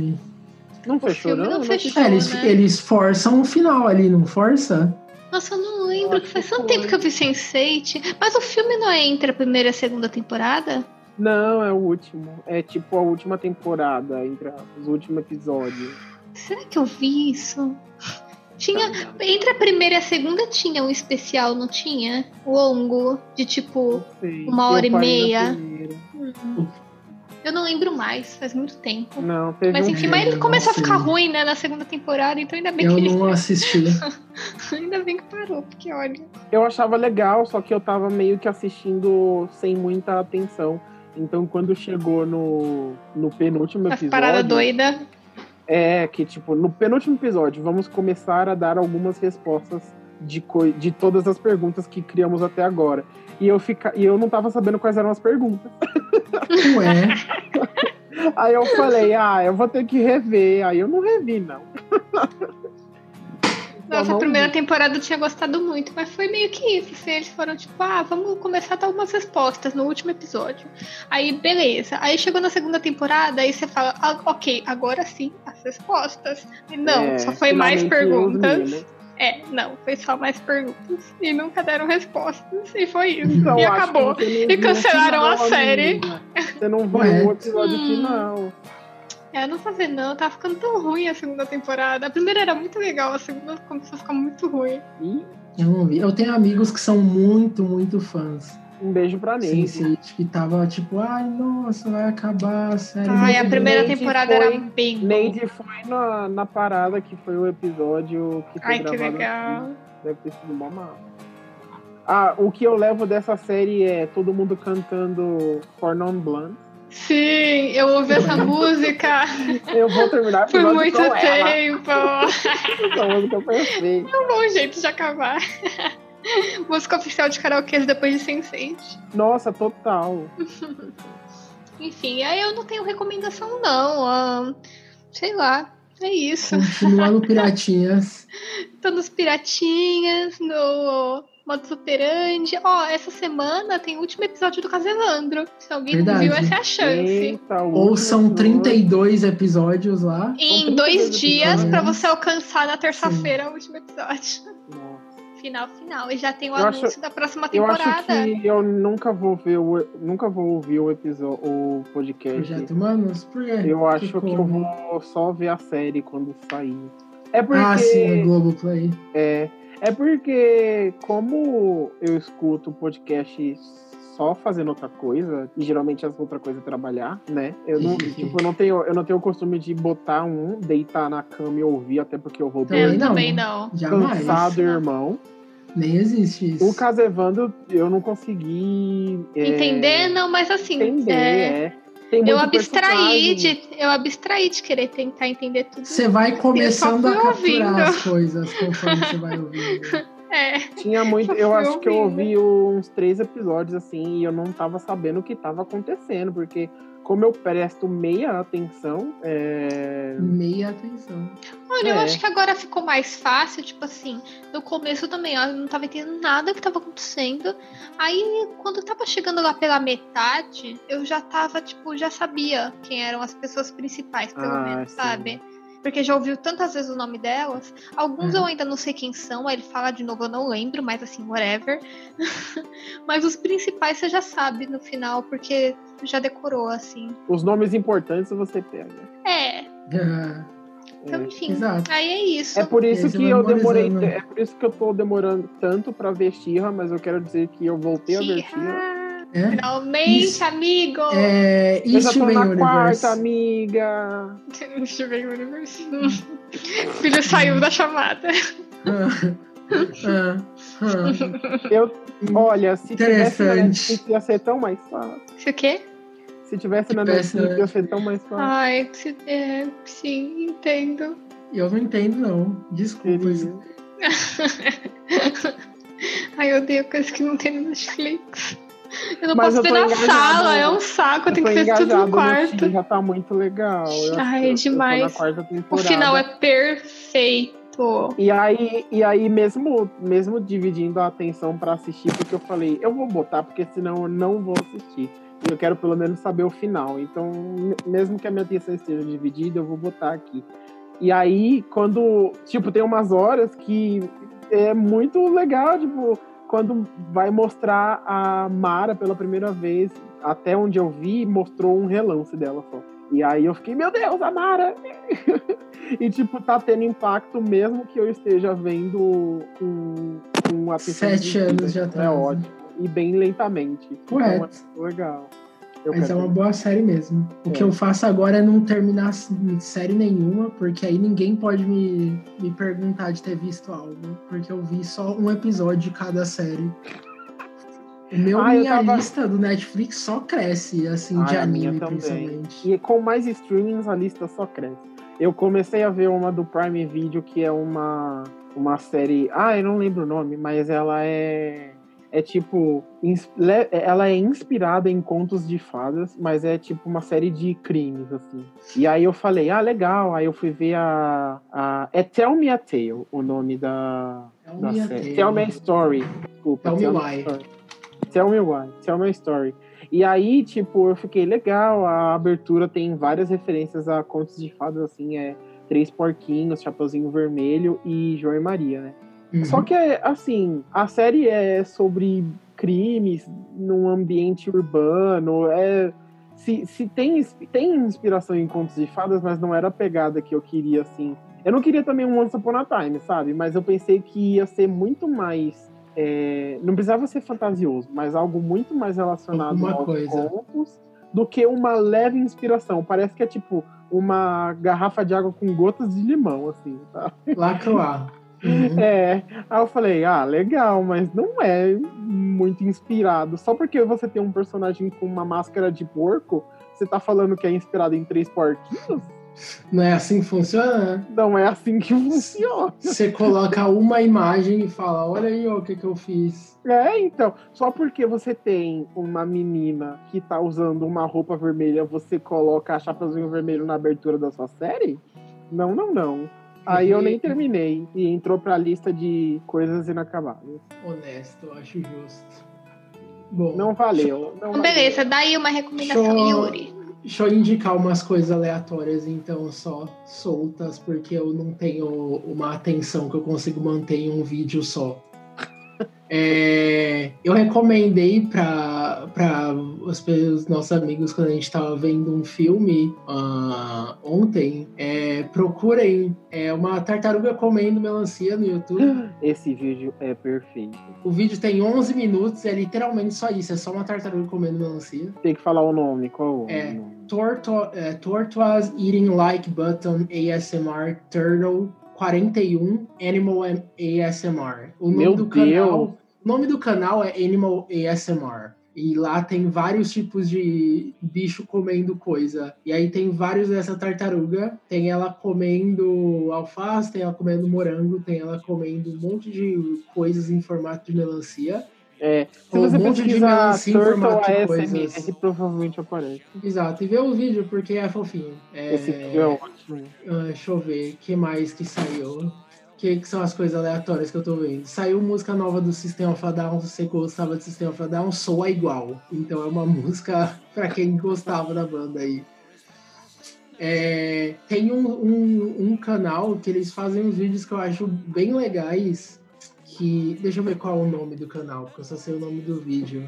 Não o fechou, não? não não fechou, é, eles, né? eles forçam o final ali, não força? Nossa, eu não lembro, que faz tanto tempo que eu vi sense eight. Mas o filme não é entre a primeira e a segunda temporada? Não, é o último. É tipo a última temporada, entre os últimos episódios. Será que eu vi isso? Tinha, entre a primeira e a segunda tinha um especial, não tinha? Longo, de tipo uma hora e meia. Hum. Eu não lembro mais, faz muito tempo. Não, teve mas enfim, um mas ele começou sei. a ficar ruim, né, na segunda temporada, então ainda bem eu que ele... Eu não assisti. Ainda bem que parou, porque olha... Eu achava legal, só que eu tava meio que assistindo sem muita atenção. Então quando chegou no, no penúltimo episódio... As paradas doidas... É, que tipo, no penúltimo episódio, vamos começar a dar algumas respostas de, co- de todas as perguntas que criamos até agora. E eu, fica- e eu não tava sabendo quais eram as perguntas. Ué? Aí eu falei, ah, eu vou ter que rever. Aí eu não revi, não. Nossa, a primeira temporada eu tinha gostado muito, mas foi meio que isso, assim, eles foram tipo, ah, vamos começar a dar algumas respostas no último episódio. Aí, beleza. Aí chegou na segunda temporada, aí você fala, ah, ok, agora sim, as respostas. E não, é, só foi mais perguntas. É, não, foi só mais perguntas. E nunca deram respostas. E foi isso. Então, e acabou. E cancelaram a série. Você não viu o episódio hum. final. É, não tá vendo, não. Tá ficando tão ruim a segunda temporada. A primeira era muito legal, a segunda começou a ficar muito ruim. Eu não vi. Eu tenho amigos que são muito, muito fãs. Um beijo pra Neide. Sim, que tava tipo, ai, nossa, vai acabar a série. Ai, a primeira Neide temporada foi, era bem boa. Neide foi na, na parada que foi o episódio que foi ai, gravado. Ai, que legal. Aqui. Deve ter sido mó mal. Ah, o que eu levo dessa série é todo mundo cantando For Non Blonde. Sim, eu ouvi essa música. Eu vou terminar por muito com tempo. Essa música perfeita. É um bom jeito de acabar. Música oficial de karaokê depois de sense eight. Nossa, total. Enfim, aí eu não tenho recomendação, não. Um, sei lá, é isso. Continua no Piratinhas. Tô nos Piratinhas, no Modus Operandi. Ó, oh, essa semana tem o último episódio do Caselandro. Se alguém Verdade. não viu, essa é a chance. Eita, ou são trinta e dois episódios lá. Em dois dias, pra você alcançar na terça-feira o último episódio. Nossa. Final, final. E já tem o Eu anúncio acho- da próxima Eu temporada. acho que eu nunca vou ver o, nunca vou ouvir o episódio, o podcast. Projeto Humanos? Por quê? Eu acho que, eu como? vou só ver a série quando sair. É porque Ah, sim, o Globoplay. é, é porque como eu escuto podcast só fazendo outra coisa, e geralmente essa outra coisa é trabalhar, né? Eu não, tipo, eu não tenho, eu não tenho o costume de botar um, deitar na cama e ouvir, até porque eu vou Também Eu dormir não. também não. Jamais. cansado, irmão. Nem existe isso. O caso Evandro, eu não consegui é, Entender, não, mas assim. entender, é, é. Tem eu muito abstraí personagem. de. Eu abstraí de querer tentar entender tudo. Você vai começando Eu a só fui capturar ouvindo. as coisas conforme você vai ouvindo. É. Tinha muito, Só eu fui acho que eu ouvindo. ouvi uns três episódios assim e eu não tava sabendo o que tava acontecendo, porque como eu presto meia atenção, é... Meia atenção. Olha, eu É. acho que agora ficou mais fácil, tipo assim, no começo também, ó, eu não tava entendendo nada que tava acontecendo. Aí, quando tava chegando lá pela metade, eu já tava, tipo, já sabia quem eram as pessoas principais, pelo Ah, menos, sim. sabe? Porque já ouviu tantas vezes o nome delas. Alguns Uhum. eu ainda não sei quem são, aí ele fala de novo, eu não lembro, mas assim, whatever. Mas os principais você já sabe no final, porque já decorou, assim. os nomes importantes você pega. É, Ah, então, É. enfim, Exato. aí é isso. É por isso Esse que vai eu demorei, memorizando. é por isso que eu tô demorando tanto pra ver She-Ra, mas eu quero dizer que eu voltei a ver She-Ra. She-Ra. É? Finalmente, Isso- amigo! É, Eu e já tô Steven na Universe? quarta, amiga. Steven Universe. O filho saiu da chamada. Ah, ah, ah. Eu, olha, se tivesse na Interessante. Netflix ia ser tão mais fácil. Isso o quê? Se tivesse na Tivesse Netflix na- ia ser tão mais fácil. Ai, se- é, sim, entendo. Eu não entendo, não. Desculpa. Queria. isso. Ai, eu odeio coisas que não tem no Netflix. Eu não Mas posso eu ver tô na engajado. sala, é um saco, eu tenho tô que ver tudo engajado no quarto. She, já tá muito legal. Eu acho Ai, que eu- demais. Eu tô na quarta O temporada. final é perfeito. E aí, e aí mesmo, mesmo dividindo a atenção pra assistir, porque eu falei, eu vou botar, porque senão eu não vou assistir. E eu quero pelo menos saber o final. Então, me- mesmo que a minha atenção esteja dividida, eu vou botar aqui. E aí, quando, tipo, tem umas horas que é muito legal, tipo, quando vai mostrar a Mara pela primeira vez, até onde eu vi, mostrou um relance dela só. E aí eu fiquei, meu Deus, a Mara! E, tipo, tá tendo impacto mesmo que eu esteja vendo com, com atenção Sete dividida. anos de É atraso. ótimo. E bem lentamente. Correto. Então, é legal. Eu Mas é quero uma ver. boa série mesmo. O É. que eu faço agora é não terminar série nenhuma, porque aí ninguém pode me, me perguntar de ter visto algo. Porque eu vi só um episódio de cada série. O meu, Ah, eu minha tava- lista do Netflix só cresce, assim, de Ai, a minha anime, também. principalmente. E com mais streamings, a lista só cresce. Eu comecei a ver uma do Prime Video, que é uma, uma série... Ah, eu não lembro o nome, mas ela é... É tipo... ins- le- Ela é inspirada em contos de fadas, mas é tipo uma série de crimes, assim. E aí eu falei, ah, legal. Aí eu fui ver a... a é Tell Me a Tale, o nome da, Tell da Me a série. Tale. Tell Me a Story. Desculpa. Tell Me a Why. Story. Tell Me Why. Tell Me a Story. E aí, tipo, eu fiquei legal. A abertura tem várias referências a contos de fadas, assim, é Três Porquinhos, Chapeuzinho Vermelho e João e Maria, né? Uhum. Só que, assim, a série é sobre crimes num ambiente urbano, é... Se, se tem, tem inspiração em contos de fadas, mas não era a pegada que eu queria, assim. Eu não queria também um Once Upon a Time, sabe? Mas eu pensei que ia ser muito mais... é, não precisava ser fantasioso, mas algo muito mais relacionado Alguma aos coisa. contos do que uma leve inspiração. Parece que é tipo uma garrafa de água com gotas de limão, assim, tá? Lacroix. Uhum. É, aí eu falei, ah, legal, mas não é muito inspirado. Só porque você tem um personagem com uma máscara de porco, você tá falando que é inspirado em Três Porquinhos? Não é assim que funciona? Não é assim que funciona. Você coloca uma imagem e fala, olha aí ó, o que, que eu fiz. É, então, só porque você tem uma menina que tá usando uma roupa vermelha, você coloca a Chapeuzinho Vermelho na abertura da sua série? Não, não, não. Aí eu nem terminei e entrou pra lista de coisas inacabadas. Honesto, eu acho justo. Bom, Não valeu. Não valeu. Beleza, daí uma recomendação, Show. Yuri. deixa eu indicar umas coisas aleatórias, então, só soltas, porque eu não tenho uma atenção que eu consigo manter em um vídeo só. É, eu recomendei para os, os nossos amigos quando a gente estava vendo um filme uh, ontem. É, procurem é, uma tartaruga comendo melancia no YouTube. Esse vídeo é perfeito. O vídeo tem onze minutos, é literalmente só isso, é só uma tartaruga comendo melancia. Tem que falar o nome, qual é, o nome? Torto, é, Tortoise Eating Like Button A S M R Turtle quarenta e um Animal A S M R. O nome Meu do Deus. canal, o nome do canal é Animal A S M R. E lá tem vários tipos de bicho comendo coisa. E aí tem vários dessa tartaruga. Tem ela comendo alface, tem ela comendo morango, tem ela comendo um monte de coisas em formato de melancia. É, se Ou você um monte de pesquisar melancia em Turtle formato de A S M R, coisas. provavelmente aparece. Exato, e vê o vídeo porque é fofinho. É... Esse vídeo é ótimo. Ah, deixa eu ver, o que mais que saiu? O que, que são as coisas aleatórias que eu tô vendo? Saiu música nova do System of a Down, você gostava do System of a Down, soa igual. Então é uma música pra quem gostava da banda aí. É, tem um, um, um canal que eles fazem uns vídeos que eu acho bem legais, que... Deixa eu ver qual é o nome do canal, porque eu só sei o nome do vídeo.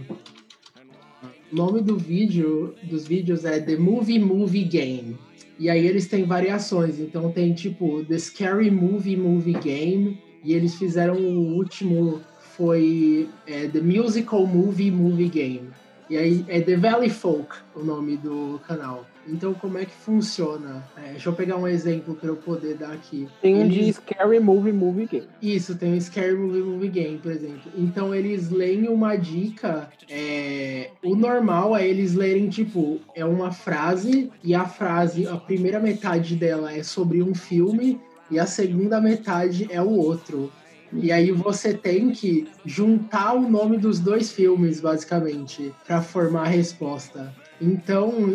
O nome do vídeo, dos vídeos é The Movie Movie Game. E aí eles têm variações. Então tem tipo The Scary Movie Movie Game. E eles fizeram o último, foi é, The Musical Movie Movie Game. E aí é The Valley Folk o nome do canal. Então como é que funciona? É, deixa eu pegar um exemplo para eu poder dar aqui. Tem um eles... de Scary Movie Movie Game. Isso, tem um Scary Movie Movie Game, por exemplo. Então eles leem uma dica. É... O normal é eles lerem, tipo, é uma frase, e a frase, a primeira metade dela é sobre um filme, e a segunda metade é o outro. E aí você tem que juntar o nome dos dois filmes, basicamente, para formar a resposta. Então,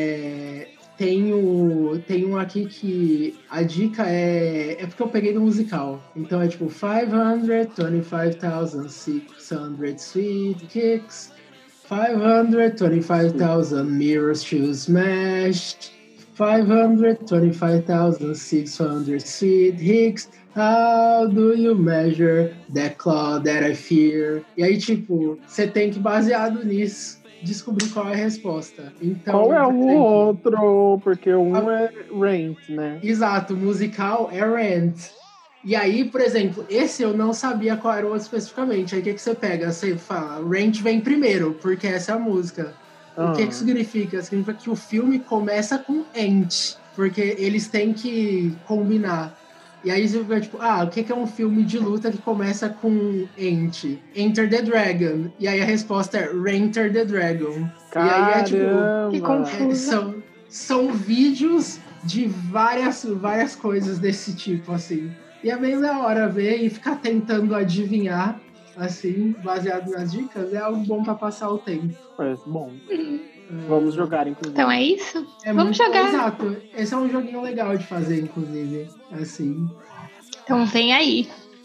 é... Tem, o, tem um aqui que a dica é... É porque eu peguei do musical. Então é tipo five hundred twenty-five thousand six hundred sweet kicks, five hundred twenty-five thousand mirrors to smash, five hundred twenty-five thousand six hundred sweet hicks. How do you measure that claw that I fear? E aí, tipo, você tem que, baseado nisso, descobrir qual é a resposta. Então, qual é o exemplo, outro? Porque um a... é Rent, né? Exato, o musical é Rent. E aí, por exemplo, esse eu não sabia qual era o outro especificamente. Aí o que, que você pega? Você fala, Rent vem primeiro, porque essa é a música. Ah. O que, que significa? Significa que o filme começa com Ent, porque eles têm que combinar. E aí você fica tipo, ah, o que é um filme de luta que começa com Ent? Enter the Dragon. E aí a resposta é Renter the Dragon. Caramba. E aí é tipo... Que confuso. É, são, são vídeos de várias, várias coisas desse tipo, assim. E é bem da hora ver e ficar tentando adivinhar, assim, baseado nas dicas, é algo bom pra passar o tempo. Parece bom. Vamos jogar, inclusive. Então é isso? É Vamos muito, jogar. Exato. Esse é um joguinho legal de fazer, inclusive. Assim. Então vem aí.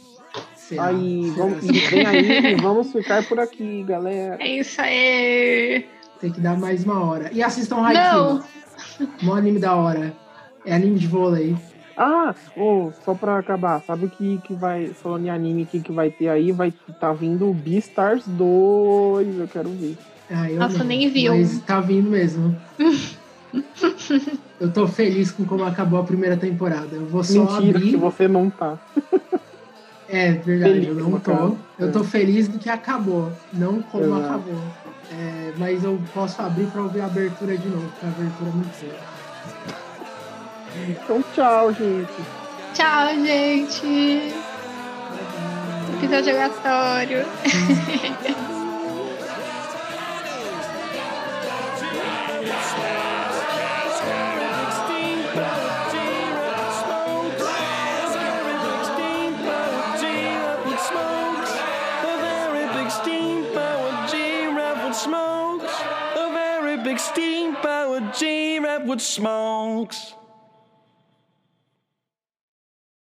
Será? Aí, Será? vamos, vem aí e vamos ficar por aqui, galera. É isso aí. Tem que dar mais uma hora. E assistam Haikyuu. Não. Um anime da hora. É anime de vôlei. Ah, oh, só pra acabar, sabe o que, que vai, falando em anime, que, que vai ter aí? Vai tá vindo o Beastars dois, eu quero ver. Ah, eu Nossa, não, nem vi. Mas tá vindo mesmo. Eu tô feliz com como acabou a primeira temporada. Eu vou só Mentira, abrir... que você não tá. É verdade, Feliz, eu não tô. cara. Eu tô feliz do que acabou, não como Exato. acabou. É, mas eu posso abrir pra ouvir a abertura de novo, porque a abertura é muito boa. Então, tchau, gente. Tchau, gente. Episódio aleatório. Steam-powered G-Rap with smokes.